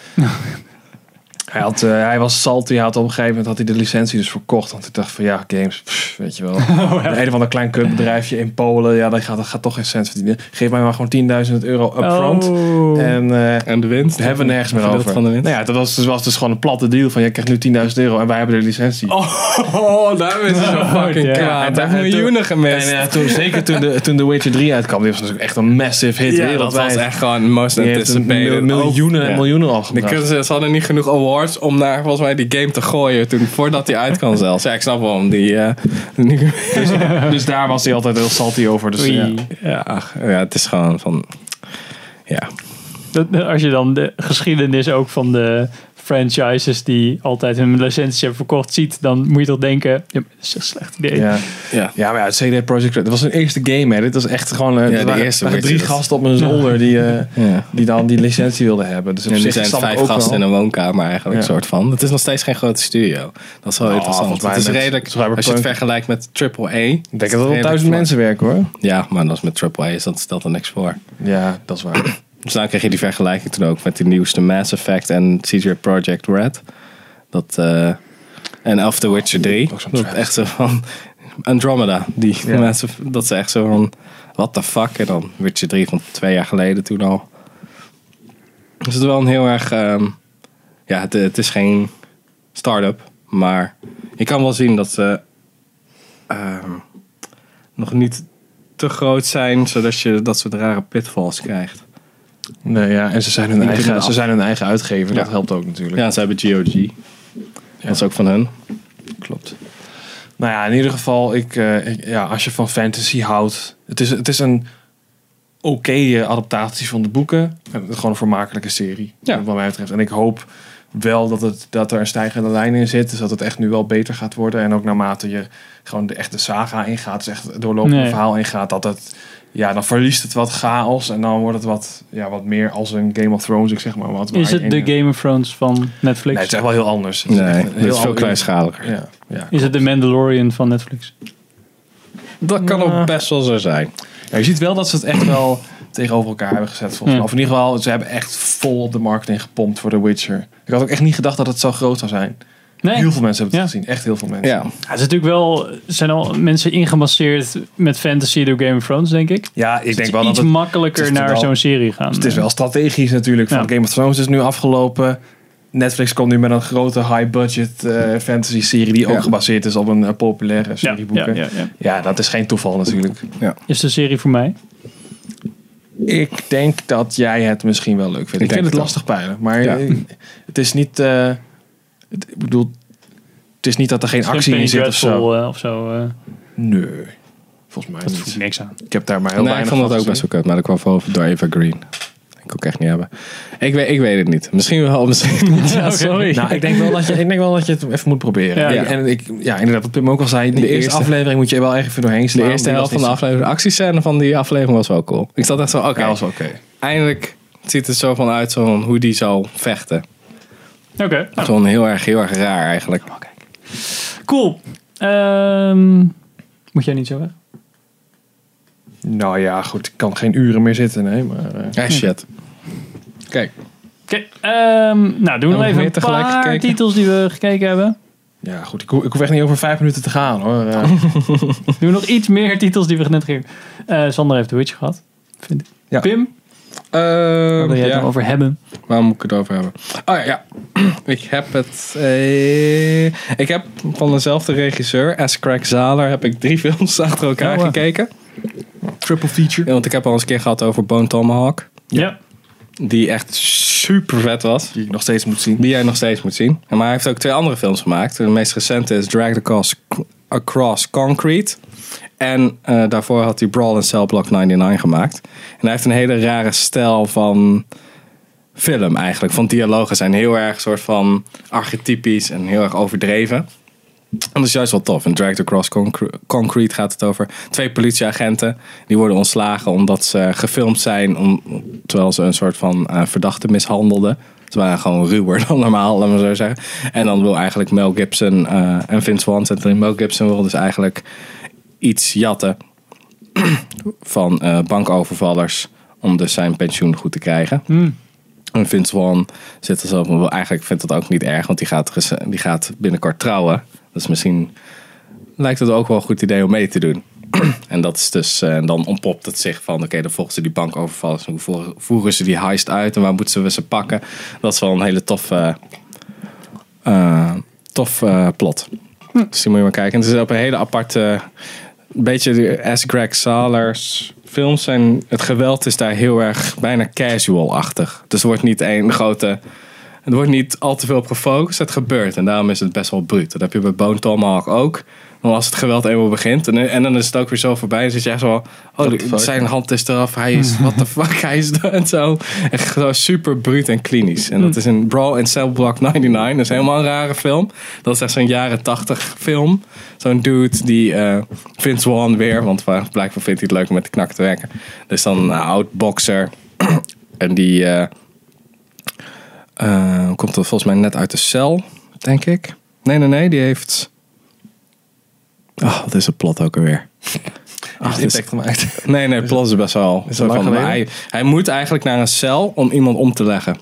Hij was salty. Hij had op een gegeven moment had hij de licentie dus verkocht. Want ik dacht van ja, games, weet je wel. Een of ander klein kutbedrijfje in Polen. Ja, dat gaat toch geen cent verdienen. Geef mij maar gewoon €10.000 upfront. En de winst? We hebben nergens meer over. Van de winst? Nou ja, dat was dus gewoon een platte deal. Van je krijgt nu €10.000 en wij hebben de licentie. Daar is het zo fucking kwaad. En daar hebben miljoenen gemist. En zeker toen The Witcher 3 uitkwam. Die was natuurlijk echt een massive hit wereldwijd. Dat was echt gewoon most anticipated. Miljoenen en miljoenen al gebracht. Ze hadden niet genoeg awards om naar volgens mij die game te gooien voordat hij uit kan zelfs. Ja, ik snap wel. Dus daar was hij altijd heel salty over. Dus ja, het is gewoon van... Ja. Als je dan de geschiedenis ook van de franchises die altijd hun licenties hebben verkocht ziet, dan moet je toch denken, ja, dat is een slecht idee. Ja, maar CD Projekt Red, dat was hun eerste game, hè. Dit was echt gewoon de eerste. Er waren 3 gasten op een zolder die dan die licentie wilden hebben. Dus er zijn 5 gasten in een woonkamer eigenlijk, een soort van. Het is nog steeds geen grote studio. Dat is wel interessant. Het is redelijk, als je het vergelijkt met AAA. Ik denk dat er 1000 mensen werken, hoor. Ja, maar dat is met AAA, dus dat stelt er niks voor. Ja, dat is waar. Dus dan kreeg je die vergelijking toen ook met die nieuwste Mass Effect en CD Projekt Red. En of The Witcher 3. Dat echt zo van Andromeda. Dat is echt zo van what the fuck. En dan Witcher 3 van 2 jaar geleden toen al. Dus het is wel een heel erg... het is geen start-up. Maar je kan wel zien dat ze nog niet te groot zijn. Zodat je dat soort rare pitfalls krijgt. Nee, ja, en ze zijn hun eigen uitgever. Dat helpt ook natuurlijk. Ja, ze hebben GOG. Dat is ook van hun. Klopt. Nou ja, in ieder geval, als je van fantasy houdt... Het is een oké adaptatie van de boeken. Gewoon een vermakelijke serie, wat mij betreft. En ik hoop wel dat er een stijgende lijn in zit. Dus dat het echt nu wel beter gaat worden. En ook naarmate je gewoon de echte saga ingaat, dus echt het doorlopende verhaal ingaat, dat het... Ja, dan verliest het wat chaos en dan wordt het wat meer als een Game of Thrones, ik zeg maar. Is het de Game of Thrones van Netflix? Nee, het is echt wel heel anders. Het is veel kleinschaliger. Ja, is het de Mandalorian van Netflix? Dat kan ook best wel zo zijn. Ja, je ziet wel dat ze het echt wel tegenover elkaar hebben gezet. Volgens mij. Of in ieder geval, ze hebben echt vol op de marketing gepompt voor The Witcher. Ik had ook echt niet gedacht dat het zo groot zou zijn. Nee. Heel veel mensen hebben het gezien. Echt heel veel mensen. Ja. Het is natuurlijk wel... zijn al mensen ingemasseerd met fantasy door Game of Thrones, denk ik. Ja, ik denk wel dat het makkelijker naar zo'n serie gaan. Het is wel strategisch natuurlijk. Van Game of Thrones is nu afgelopen. Netflix komt nu met een grote high-budget fantasy serie die ook gebaseerd is op een populaire serie boeken. Ja, dat is geen toeval natuurlijk. Ja. Is de serie voor mij? Ik denk dat jij het misschien wel leuk vindt. Ik vind het lastig peilen. Maar het is niet... ik bedoel, het is niet dat er geen actie in zit of zo. Nee, volgens mij dat niet. voelt niks aan. Ik heb daar maar heel weinig van. Ik vond het ook best wel kut, maar dat kwam vooral door Eva Green. Ik ook echt niet hebben. Ik weet het niet. Misschien wel, misschien niet. Ja, sorry. Nou, ik denk wel dat je het even moet proberen. Ja. En inderdaad, wat Pim ook al zei, de eerste aflevering moet je wel even doorheen slaan. De eerste helft van de aflevering, de actiescène van die aflevering was wel cool. Ik zat echt zo, oké. Eindelijk ziet het zo van uit zo van hoe die zou vechten. Oké. Gewoon heel erg raar eigenlijk. Cool. Moet jij niet zo weg? Nou ja, goed. Ik kan geen uren meer zitten, nee. Maar, shit. Kijk. Nou, doen we nog even een paar titels die we gekeken hebben. Ja, goed. Ik hoef echt niet over 5 minuten te gaan, hoor. Doen we nog iets meer titels die we net gekeken. Sander heeft The Witcher gehad, vind ik. Ja. Pim? Waar wil jij het over hebben? Waar moet ik het over hebben? Oh ja. Ik heb het... ik heb van dezelfde regisseur, S. Craig Zahler, heb ik 3 films achter elkaar gekeken. Triple feature. Ja, want ik heb al eens een keer gehad over Bone Tomahawk. Ja. Die echt super vet was. Die ik nog steeds moet zien. Die jij nog steeds moet zien. Maar hij heeft ook 2 andere films gemaakt. De meest recente is Drag Across Concrete. En daarvoor had hij Brawl in Cell Block 99 gemaakt. En hij heeft een hele rare stijl van film eigenlijk. Van dialogen zijn heel erg soort van archetypisch en heel erg overdreven. En dat is juist wel tof. In Dragged Across Concrete gaat het over 2 politieagenten. Die worden ontslagen omdat ze gefilmd zijn terwijl ze een soort van verdachte mishandelden. Ze waren gewoon ruwer dan normaal, laten we zo zeggen. En dan wil eigenlijk Mel Gibson en Vince Vaughn zitten. Mel Gibson wil dus eigenlijk iets jatten van bankovervallers om dus zijn pensioen goed te krijgen. En Vince Vaughn zit er zo van, eigenlijk vindt dat ook niet erg, want die gaat binnenkort trouwen. Dus misschien lijkt het ook wel een goed idee om mee te doen. En dat is dus, dan ontpopt het zich van, oké, dan volgen ze die bankovervallers. Hoe voeren ze die heist uit en waar moeten we ze pakken? Dat is wel een hele tof plot. Dus die moet je maar kijken. En het is op een hele aparte, beetje de S. Greg Saler's films zijn, het geweld is daar heel erg bijna casual-achtig. Dus er wordt niet er wordt niet al te veel op gefocust. Het gebeurt en daarom is het best wel bruut. Dat heb je bij Bone Tomahawk ook. Dan als het geweld eenmaal begint en dan is het ook weer zo voorbij. Dan zit je echt zo, zijn hand is eraf. Hij is, what the fuck, hij is dat en zo. Echt zo super bruut en klinisch. En dat is een Brawl in Cell Block 99. Dat is helemaal een rare film. Dat is echt zo'n jaren 80 film. Zo'n dude die Vince Vaughn weer, want blijkbaar vindt hij het leuk om met de knak te werken. Dus dan een oud bokser. En die komt er volgens mij net uit de cel, denk ik. Nee, die heeft... wat is het plot ook alweer? Impact gemaakt. Nee, plot is best wel... Is van, hij moet eigenlijk naar een cel om iemand om te leggen.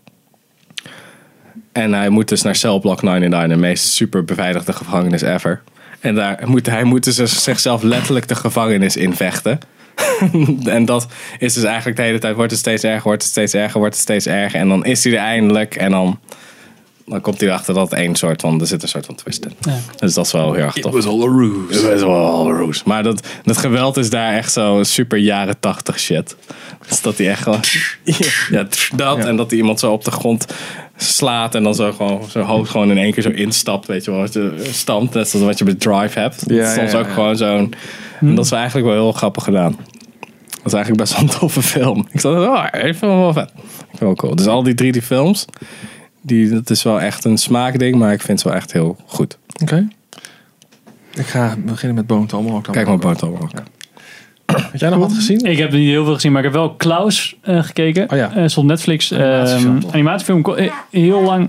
En hij moet dus naar Cell Block 99, de meest super beveiligde gevangenis ever. En hij moet dus zichzelf letterlijk de gevangenis invechten. En dat is dus eigenlijk de hele tijd, wordt het steeds erger. En dan is hij er eindelijk en dan komt hij erachter dat er zit een soort van twist in. Ja. Dus dat is wel heel erg tof. It was all a ruse. Maar dat geweld is daar echt zo super jaren 80 shit. Dus dat hij echt gewoon... En dat hij iemand zo op de grond slaat en dan zo gewoon zijn hoofd gewoon in één keer zo instapt. Weet je wel, wat je stampt. Net zoals wat je met Drive hebt. Dat is soms ook gewoon zo'n... En dat is eigenlijk wel heel grappig gedaan. Dat is eigenlijk best wel een toffe film. Ik dacht, ik vind hem wel vet. Ik vind wel cool. Dus al die films... Dat is wel echt een smaakding, maar ik vind het wel echt heel goed. Oké. Ik ga beginnen met Bone Tomahawk. Kijk maar Bone Tomahawk. Ja. Heb jij nog wat gezien? Ik heb niet heel veel gezien, maar ik heb wel Klaus gekeken. Oh ja. Stond Netflix. Animatiefilm. Heel lang.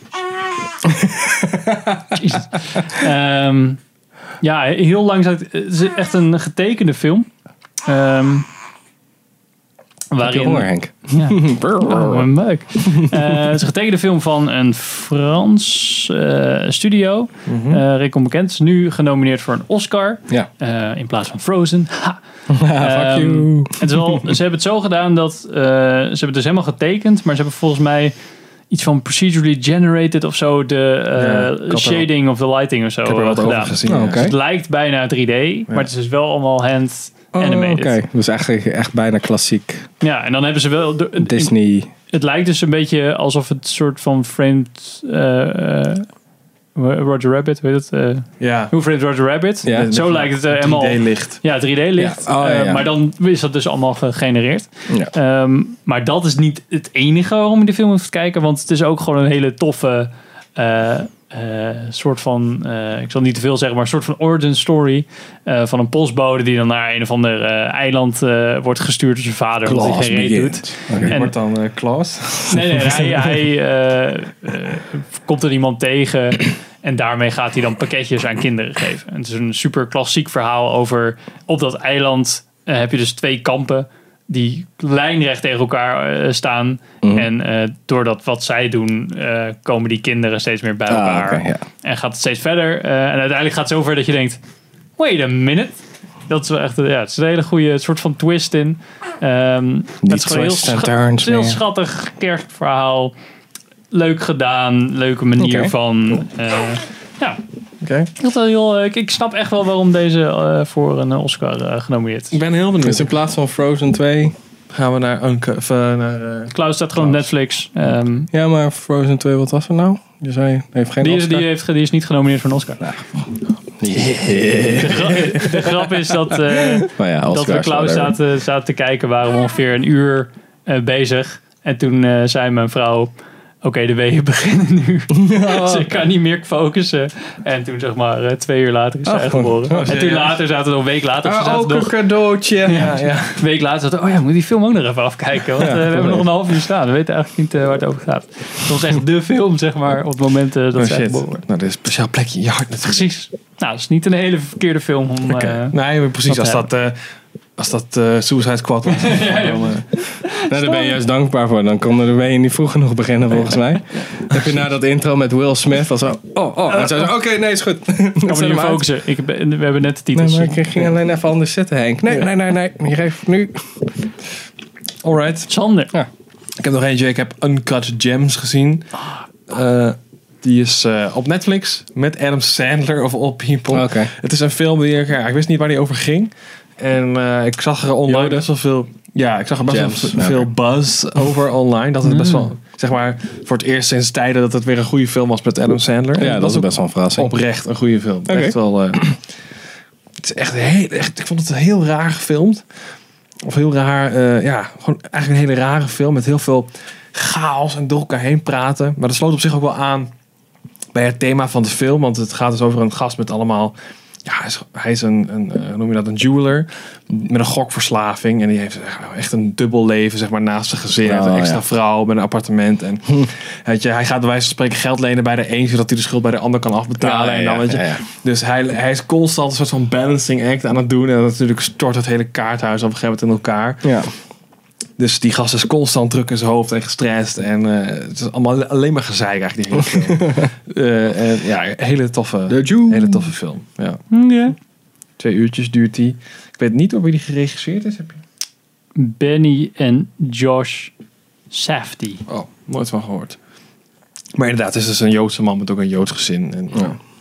Heel lang. Het is echt een getekende film. Waarin honger, Henk. Ja. Mijn buik. Het is een getekende film van een Frans studio. Redelijk onbekend. Is nu genomineerd voor een Oscar. Ja. In plaats van Frozen. Fuck you. Ze hebben het zo gedaan dat ze hebben dus helemaal getekend. Maar ze hebben volgens mij iets van procedurally generated of zo. De shading of the lighting of zo. Ik heb er wat over gezien. Okay. Dus het lijkt bijna 3D. Maar het is dus wel allemaal animated. Oké. Dus eigenlijk echt bijna klassiek. Ja, en dan hebben ze wel... Disney... Het lijkt dus een beetje alsof het soort van framed... Roger Rabbit, weet het? Who Framed Roger Rabbit? Ja, zo lijkt het helemaal... 3D-licht. Ja, 3D-licht. Ja. Maar dan is dat dus allemaal gegenereerd. Ja. Maar dat is niet het enige waarom je de film hoeft te kijken. Want het is ook gewoon een hele toffe... soort van, ik zal niet te veel zeggen, maar een soort van origin story van een postbode die dan naar een of ander eiland wordt gestuurd door zijn vader, omdat hij geen reet doet. Okay. Wordt dan Klaus? Nee, hij komt er iemand tegen en daarmee gaat hij dan pakketjes aan kinderen geven. En het is een super klassiek verhaal over, op dat eiland heb je dus 2 kampen die lijnrecht tegen elkaar staan. En doordat wat zij doen, komen die kinderen steeds meer bij elkaar. En gaat het steeds verder. En uiteindelijk gaat het zo ver dat je denkt, wait a minute. Dat is wel echt het is een hele goede soort van twist in. Het is gewoon een heel schattig kerstverhaal. Leuk gedaan. Leuke manier van... Ik snap echt wel waarom deze voor een Oscar genomineerd is. Ik ben heel benieuwd. Dus in plaats van Frozen 2 gaan we naar Klaus staat gewoon op Netflix. Ja, maar Frozen 2, wat was er nou? Je zei, heeft geen Oscar. Die is niet genomineerd voor een Oscar. De grap is dat we Klaus zaten te kijken, waren we ongeveer een uur bezig. En toen zei mijn vrouw... Oké, de weeën beginnen nu. Ze kan niet meer focussen. En toen 2 uur later is zij geboren. En toen later zaten we nog een week later. Ook een cadeautje. Ja. Een week later zaten we, moet die film ook nog even afkijken. Want we hebben nog een half uur staan. We weten eigenlijk niet waar het over gaat. Het was echt de film, op het moment dat zij geboren wordt. Nou, er is een speciaal plekje in je hart natuurlijk. Precies. Nou, dat is niet een hele verkeerde film om... nee, precies. Als dat Suicide Squad was. Daar ben je juist dankbaar voor. Dan konden de weeën niet vroeg genoeg beginnen, volgens mij. Heb je na dat intro met Will Smith al zo... En zei ze, oké, nee, is goed. Ik kan me niet focussen. We hebben net de titels. Nee, maar ik ging alleen even anders zitten, Henk. Nee. Je geeft nu... Alright. Sander. Ja. Ik heb nog eentje. Ik heb Uncut Gems gezien. Die is op Netflix met Adam Sandler of All People. Okay. Het is een film die ik wist niet waar die over ging. En ik zag er online best wel veel... Ja, ik zag er best wel veel buzz over online. Dat het best wel, voor het eerst sinds tijden dat het weer een goede film was met Adam Sandler. Ja, dat is best wel een verrassing. Oprecht een goede film. Okay. Echt wel... het is echt ik vond het heel raar gefilmd. Of heel raar... gewoon eigenlijk een hele rare film met heel veel chaos en door elkaar heen praten. Maar dat sloot op zich ook wel aan bij het thema van de film. Want het gaat dus over een gast met allemaal... Ja, hij is een noem je dat, een jeweler met een gokverslaving. En die heeft echt een dubbel leven, naast zijn gezin. Een extra vrouw met een appartement. En weet je, hij gaat bij wijze van spreken geld lenen bij de een, zodat hij de schuld bij de ander kan afbetalen. Dus hij is constant een soort van balancing act aan het doen. En natuurlijk stort het hele kaarthuis op een gegeven moment in elkaar. Ja. Dus die gast is constant druk in zijn hoofd en gestrest. En het is allemaal alleen maar gezeik eigenlijk, die hele film. Hele toffe film. Ja. Yeah. 2 uurtjes duurt die. Ik weet niet of wie die geregisseerd is. Heb je? Benny en Josh Safdie. Oh, nooit van gehoord. Maar inderdaad, het is dus een Joodse man met ook een Joods gezin. En,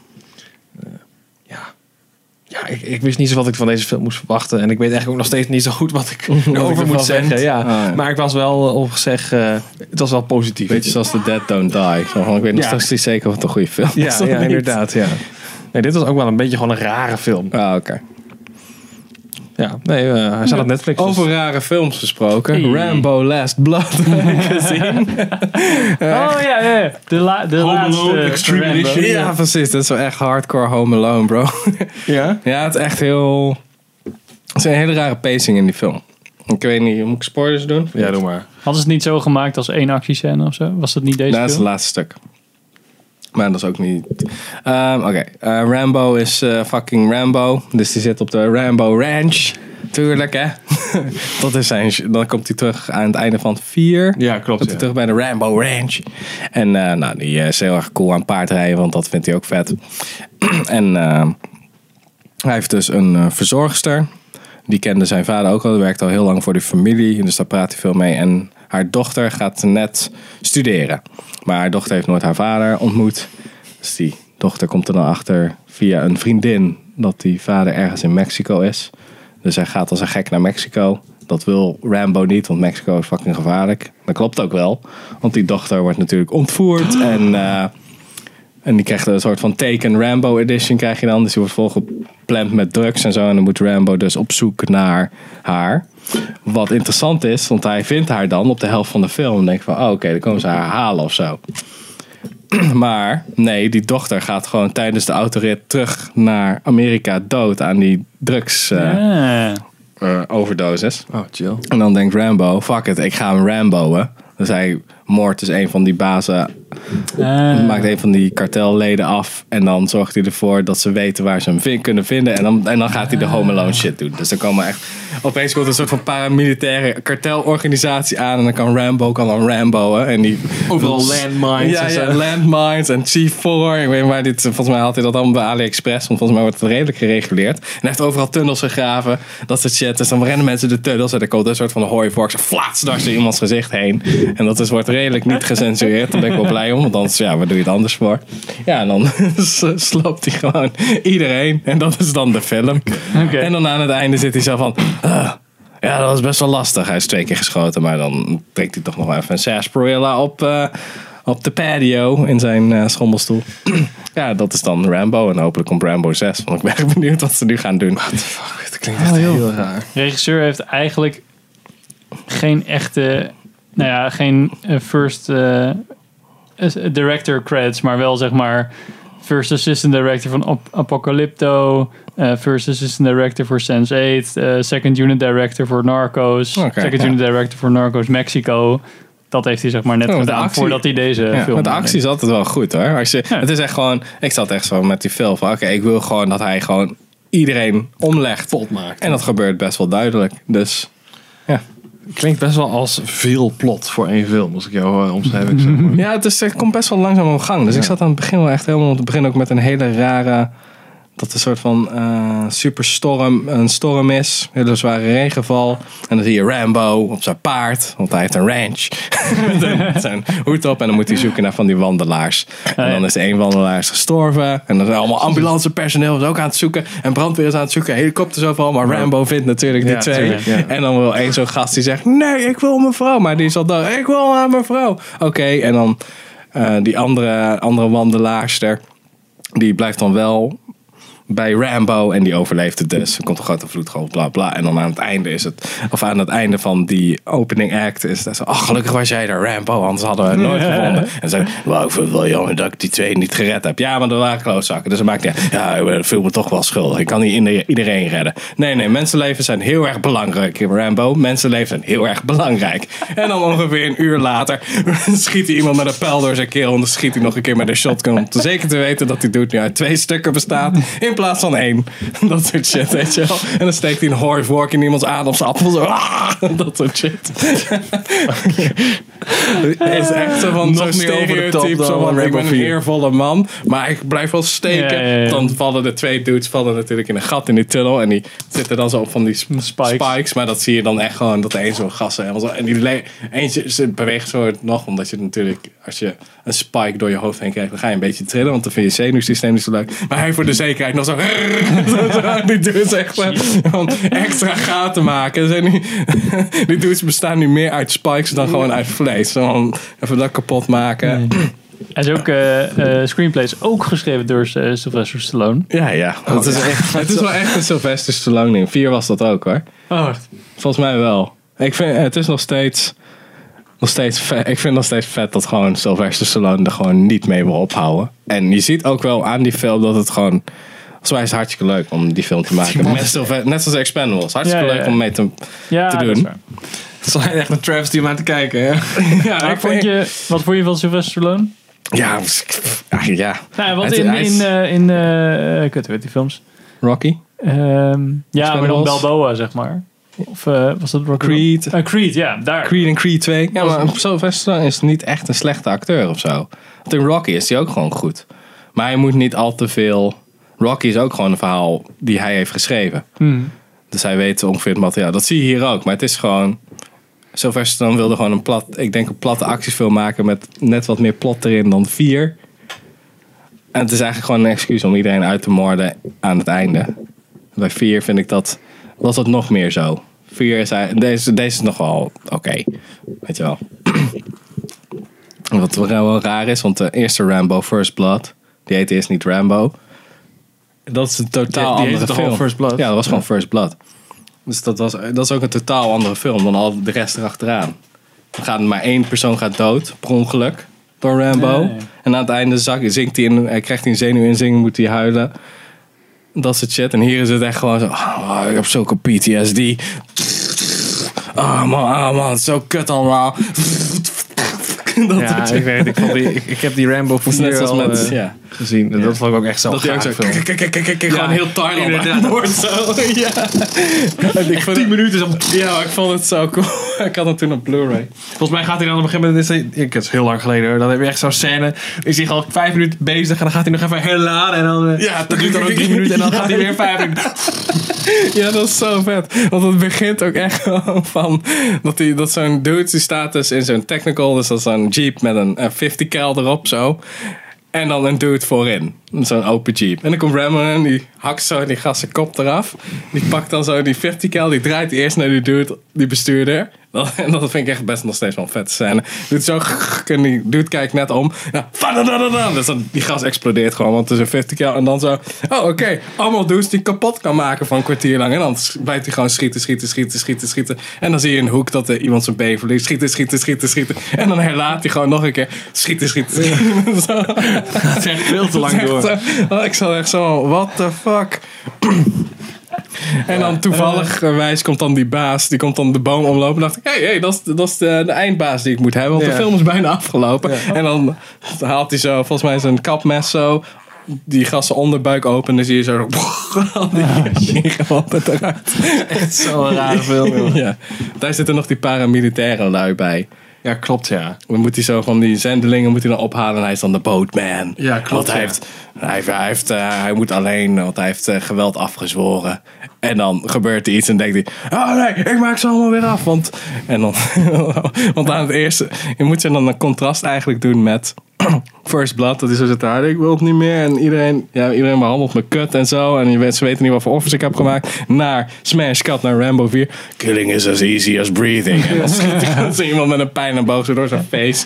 ik wist niet zo wat ik van deze film moest verwachten. En ik weet eigenlijk ook nog steeds niet zo goed wat ik erover moet zeggen. Ja. Maar ik was wel opgezegd, het was wel positief. Beetje zoals The Dead Don't Die. Ik weet nog steeds niet zeker of het een goede film is. Ja, inderdaad. Ja. Nee, dit was ook wel een beetje gewoon een rare film. Oké. Ja, nee, hij staat op Netflix. Over rare films gesproken. Rambo Last Blood gezien. De laatste Extreme Edition. Ja, precies. Dat is wel echt hardcore Home Alone, bro. Ja? Ja, het is echt heel... Het is een hele rare pacing in die film. Ik weet niet, moet ik spoilers doen? Ja, doe maar. Hadden ze het niet zo gemaakt als 1 actiescène of zo? Was dat niet deze film? Dat is het laatste stuk. Maar dat is ook niet... Rambo is fucking Rambo. Dus die zit op de Rambo Ranch. Tuurlijk, hè. Dat is dan komt hij terug aan het einde van 4. Ja, klopt. Komt hij terug bij de Rambo Ranch. En die is heel erg cool aan paardrijden. Want dat vindt hij ook vet. En hij heeft dus een verzorgster. Die kende zijn vader ook al. Die werkt al heel lang voor die familie. Dus daar praat hij veel mee. En haar dochter gaat net studeren. Maar haar dochter heeft nooit haar vader ontmoet. Dus die dochter komt er dan achter via een vriendin dat die vader ergens in Mexico is. Dus hij gaat als een gek naar Mexico. Dat wil Rambo niet, want Mexico is fucking gevaarlijk. Dat klopt ook wel. Want die dochter wordt natuurlijk ontvoerd. En die krijgt een soort van Taken Rambo edition krijg je dan. Dus die wordt volgepland met drugs en zo. En dan moet Rambo dus op zoek naar haar. Wat interessant is, want hij vindt haar dan op de helft van de film. En denkt van, oké, dan komen ze haar halen of zo. Maar nee, die dochter gaat gewoon tijdens de autorit terug naar Amerika dood aan die drugs overdoses. Oh, chill. En dan denkt Rambo, fuck it, ik ga hem Rambo'en. Dus hij moordt dus een van die bazen. Maakt een van die kartelleden af. En dan zorgt hij ervoor dat ze weten waar ze hem kunnen vinden. En dan gaat hij de Home Alone shit doen. Dus dan komen echt... Opeens komt een soort van paramilitaire kartelorganisatie aan. En dan kan Rambo'en. En die... Overal landmines. Ja, landmines en C4. Ik weet niet waar dit... Volgens mij had hij dat allemaal bij AliExpress. Want volgens mij wordt het redelijk gereguleerd. En hij heeft overal tunnels gegraven. Dat soort shit. Dus dan rennen mensen de tunnels. En dan komt een soort van hooivork. Ze flats dwars door iemands gezicht heen. En dat wordt redelijk niet gecensureerd. Daar ben ik wel blij om. Want anders, waar doe je het anders voor? Ja, en dan sloopt hij gewoon iedereen. En dat is dan de film. Okay. En dan aan het einde zit hij zo van... ja, dat was best wel lastig. Hij is 2 keer geschoten. Maar dan trekt hij toch nog even een sarsaparilla op de patio in zijn schommelstoel. Ja, dat is dan Rambo. En hopelijk komt Rambo 6. Want ik ben echt benieuwd wat ze nu gaan doen. What the fuck? Dat klinkt echt heel raar. De regisseur heeft eigenlijk geen echte nou ja, geen first director credits, maar wel zeg maar first assistant director van Apocalypto, first assistant director voor Sense8, second unit director voor Narcos, second unit director voor Narcos Mexico. Dat heeft hij zeg maar net gedaan voordat hij deze film... De actie is altijd wel goed hoor. Het is echt gewoon... Ik zat echt zo met die film van... Oké, ik wil gewoon dat hij gewoon iedereen omlegt. Pot maakt. En dat gebeurt best wel duidelijk. Dus ja. Klinkt best wel als veel plot voor één film. Als ik jou omschrijf. Zeg maar. Ja, het komt best wel langzaam op gang. Dus ik zat aan het begin wel echt helemaal... Het begin ook met een hele rare... Dat een soort van een storm is. Hele zware regenval. En dan zie je Rambo op zijn paard. Want hij heeft een ranch. Zijn hoed op. En dan moet hij zoeken naar van die wandelaars. En dan is één wandelaar gestorven. En dan zijn allemaal ambulancepersoneel is ook aan het zoeken. En brandweer is aan het zoeken. Helikopters overal. Maar Rambo vindt natuurlijk die twee. Ja. En dan wil één zo'n gast die zegt... Nee, ik wil mijn vrouw. Maar die is al dood. Ik wil aan mijn vrouw. Oké. En dan die andere wandelaarster. Die blijft dan wel... bij Rambo en die overleeft het dus. Er komt een grote vloedgolf, bla bla. En dan aan het einde van die opening act is dat zo, gelukkig was jij daar, Rambo, anders hadden we het nooit gevonden. En ze zeggen, ik vind het wel jammer dat ik die twee niet gered heb. Ja, maar dat waren klootzakken. Dus dat maakt niet uit. Ja, ik voel me toch wel schuldig. Ik kan niet iedereen redden. Nee, mensenlevens zijn heel erg belangrijk, Rambo. Mensenlevens zijn heel erg belangrijk. En dan ongeveer een uur later schiet hij iemand met een pijl door zijn keel en dan schiet hij nog een keer met een shotgun om zeker te weten dat die dude nu uit 2 stukken bestaat. In plaats van 1. Dat soort shit, weet je wel. En dan steekt hij een horsework in iemands ademsappel. Zo, dat soort shit. Het is echt zo van zo'n stereotype. Zo van, ik ben een eervolle man, maar ik blijf wel steken. Ja. Dan vallen de 2 dudes natuurlijk in een gat in die tunnel. En die zitten dan zo op van die spikes. Maar dat zie je dan echt gewoon, dat de een zo'n gassen helemaal zo. En die eentje beweegt zo nog, omdat je natuurlijk, als je een spike door je hoofd heen krijgt, dan ga je een beetje trillen, want dan vind je zenuwsysteem niet zo leuk. Maar hij voor de zekerheid nog zo. Die dudes echt gewoon extra gaten maken. Die dudes bestaan nu meer uit spikes dan gewoon uit vlees. Zo even dat kapot maken. Hij is ook screenplays ook geschreven door Sylvester Stallone. Ja. Het is wel echt een Sylvester Stallone ding. 4 was dat ook hoor. Oh. Volgens mij wel. Ik vind het is nog steeds vet. Ik vind nog steeds vet dat gewoon Sylvester Stallone er gewoon niet mee wil ophouden. En je ziet ook wel aan die film dat het gewoon... Volgens mij is het hartstikke leuk om die film te maken. Net zoals Expendables. Hartstikke leuk om mee te doen. Het is echt een travesty om aan te kijken. Hè? Wat vond je van Sylvester Stallone? Ja. Nou, want in kut, weet die films? Rocky? Maar dan Balboa, zeg maar. Of was dat Rocky? Creed. Creed, ja. Daar. Creed en Creed 2. Ja, maar Sylvester Stallone is niet echt een slechte acteur of zo. Want in Rocky is hij ook gewoon goed. Maar hij moet niet al te veel... Rocky is ook gewoon een verhaal die hij heeft geschreven. Dus hij weet ongeveer het materiaal. Dat zie je hier ook. Maar het is gewoon... Sylvester Stallone wilde gewoon een platte actiefilm maken met net wat meer plot erin dan 4. En het is eigenlijk gewoon een excuus om iedereen uit te moorden aan het einde. Bij 4 vind ik was dat nog meer zo. 4 is deze is nog wel oké. Weet je wel. Wat wel raar is, want de eerste Rambo, First Blood, die heette eerst niet Rambo. Dat is een totaal andere film. First Blood. Ja, dat was gewoon First Blood. Dus dat is ook een totaal andere film dan al de rest erachteraan. Dan gaat maar 1 persoon dood, per ongeluk, door Rambo. Ja. En aan het einde zingt hij hij krijgt hij een zenuwinzinking, moet hij huilen. Dat soort shit. En hier is het echt gewoon zo, ik heb zulke PTSD. Man, het is zo kut allemaal. Ik weet het. Ik heb die Rambo voor net als met gezien. En dat vond ik ook echt zo gaaf. Gewoon heel Thailand aan zo. Ik 10 minuten. Ja, ik vond het zo cool. Ik had het toen op Blu-ray. Volgens mij gaat hij dan op een gegeven moment... Het is heel lang geleden hoor. Dan heb je echt zo'n scène. Is hij al 5 minuten bezig. En dan gaat hij nog even herladen. En dan dat duurt dan ook 3 minuten. En dan gaat hij weer 5 minuten. Ja, dat is zo vet. Want het begint ook echt gewoon van... Dat zo'n dude die staat dus in zo'n technical. Dus dat is zo'n jeep met een 50 cal erop zo. En dan een dude voorin. Zo'n open jeep. En dan komt Rambo en die hakt zo die gast zijn kop eraf. Die pakt dan zo die 50 cal. Die draait eerst naar die dude, die bestuurder. En dat vind ik echt best nog steeds wel een vette scène. Doet zo, en die dude kijkt net om. Ja, dus dan, die gas explodeert gewoon, want het is een 50 cal. En dan zo, oké, allemaal dudes die kapot kan maken van een kwartier lang. En dan blijft hij gewoon schieten. En dan zie je in een hoek dat iemand zijn been verliest. Schieten. En dan herlaat hij gewoon nog een keer. Schieten. Dat is echt veel te lang door. Ik zat echt zo, what the fuck. En dan toevallig komt dan die baas, die komt dan de boom omlopen. En dacht ik, hey, dat is de eindbaas die ik moet hebben. Want de film is bijna afgelopen. Ja. En dan haalt hij zo, volgens mij zijn kapmes zo, die gasten onderbuik open. En dan zie je zo, die gewoon eruit. Echt zo'n rare film. Ja. Daar zitten nog die paramilitaire lui bij. Ja, klopt, ja. Dan moet hij zo van die zendelingen moet hij dan ophalen en hij is dan de boatman. Ja, klopt. Want hij moet alleen, want hij heeft geweld afgezworen. En dan gebeurt er iets en denkt hij, oh nee, ik maak ze allemaal weer af. Want aan het eerste, je moet ze dan een contrast eigenlijk doen met First Blood. Dat is zo zitten, ik wil het niet meer. En iedereen behandelt me kut en zo. En ze weten niet wat voor offers ik heb gemaakt. Naar Smash Cut, naar Rambo 4. Killing is as easy as breathing. En dan schiet zo iemand met een pijnenboog zo door zijn face.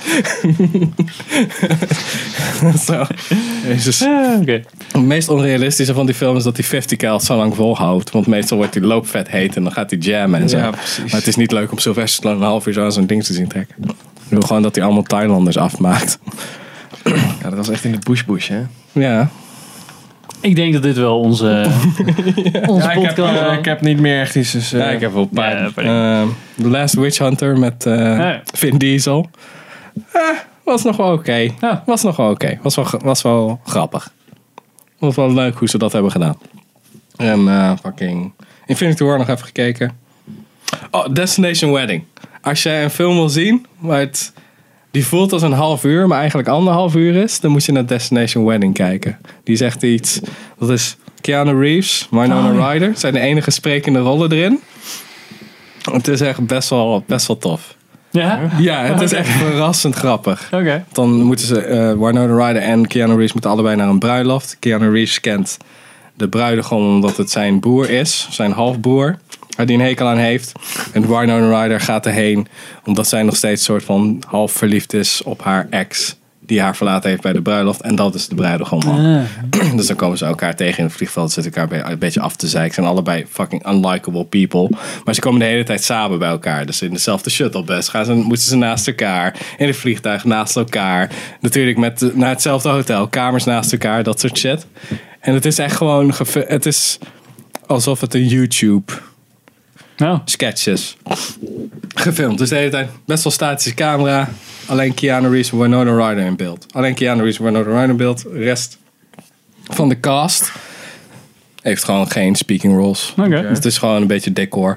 Zo. Jezus. Okay. Het meest onrealistische van die film is dat die 50 cal zo lang volhoudt. Want meestal wordt die loopvet heet en dan gaat hij jammen en zo. Ja, precies. Maar het is niet leuk om Sylvester Stallone een half uur zo aan zo'n ding te zien trekken. Ik wil gewoon dat hij allemaal Thailanders afmaakt. Ja, dat was echt in de bush, hè? Ja. Ik denk dat dit wel onze podcast... Ik heb niet meer echt iets. Dus, ik heb wel een paar. The Last Witch Hunter met Vin Diesel. Was nog wel oké. Ja. Was nog wel oké. Was wel grappig. Was wel leuk hoe ze dat hebben gedaan. En fucking Infinity War nog even gekeken. Oh, Destination Wedding. Als jij een film wil zien, maar die voelt als een half uur, maar eigenlijk 1,5 uur is, dan moet je naar Destination Wedding kijken. Die zegt iets. Dat is Keanu Reeves, Winona Ryder. Zijn de enige sprekende rollen erin. Het is echt best wel tof. Ja? Ja, het is echt verrassend grappig. Okay. Dan moeten ze, Winona Ryder en Keanu Reeves moeten allebei naar een bruiloft. Keanu Reeves kent de bruidegom omdat het zijn broer is, zijn halfbroer, waar die een hekel aan heeft. En Winona Ryder gaat erheen omdat zij nog steeds soort van half verliefd is op haar ex, die haar verlaten heeft bij de bruiloft. En dat is de bruidegom. Dus dan komen ze elkaar tegen in het vliegveld, zitten elkaar een beetje af te zeiken. Ze zijn allebei fucking unlikable people. Maar ze komen de hele tijd samen bij elkaar. Dus in dezelfde shuttlebus moeten ze naast elkaar. In het vliegtuig naast elkaar. Natuurlijk naar hetzelfde hotel. Kamers naast elkaar, dat soort shit. En het is echt gewoon... Het is alsof het een YouTube... sketches gefilmd. Dus de hele tijd best wel statische camera. Alleen Keanu Reeves en Winona Ryder in beeld. Alleen Keanu Reeves en Winona Ryder in beeld. De rest van de cast heeft gewoon geen speaking roles. Okay. Dus het is gewoon een beetje decor.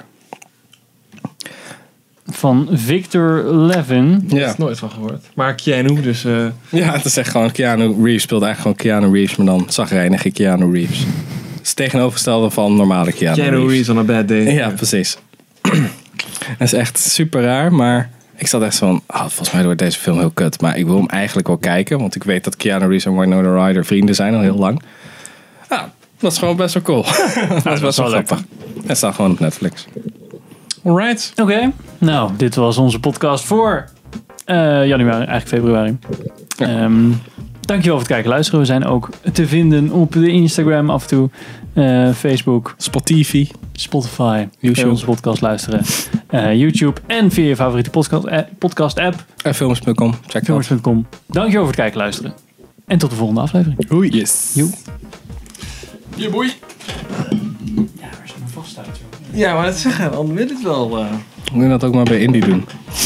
Van Victor Levin. Ja. Dat is nooit van gehoord. Maar Keanu dus... Ja, het is echt gewoon Keanu Reeves speelt eigenlijk gewoon Keanu Reeves, maar dan zagrijnige Keanu Reeves. Het is tegenovergestelde van normale Keanu Reeves on a bad day. Ja, precies. Het is echt super raar, maar ik zat echt van, volgens mij wordt deze film heel kut. Maar ik wil hem eigenlijk wel kijken, want ik weet dat Keanu Reeves en Winona Ryder vrienden zijn al heel lang. Dat is gewoon best wel cool. Dat is best wel grappig. Het staat gewoon op Netflix. Alright. Oké. Nou, dit was onze podcast voor januari, eigenlijk februari. Ja. Dankjewel voor het kijken en luisteren. We zijn ook te vinden op de Instagram af en toe. Facebook. Spotify. YouTube. Onze podcast luisteren. YouTube. En via je favoriete podcast app. En films.com. Check films.com. Dankjewel voor het kijken en luisteren. En tot de volgende aflevering. Hoi. Yes. Joe. Je boei. Ja, waar is het nou vast uit, joh? Ja, maar dat zeggen, dan wil het wel. Moet je dat ook maar bij Indie doen.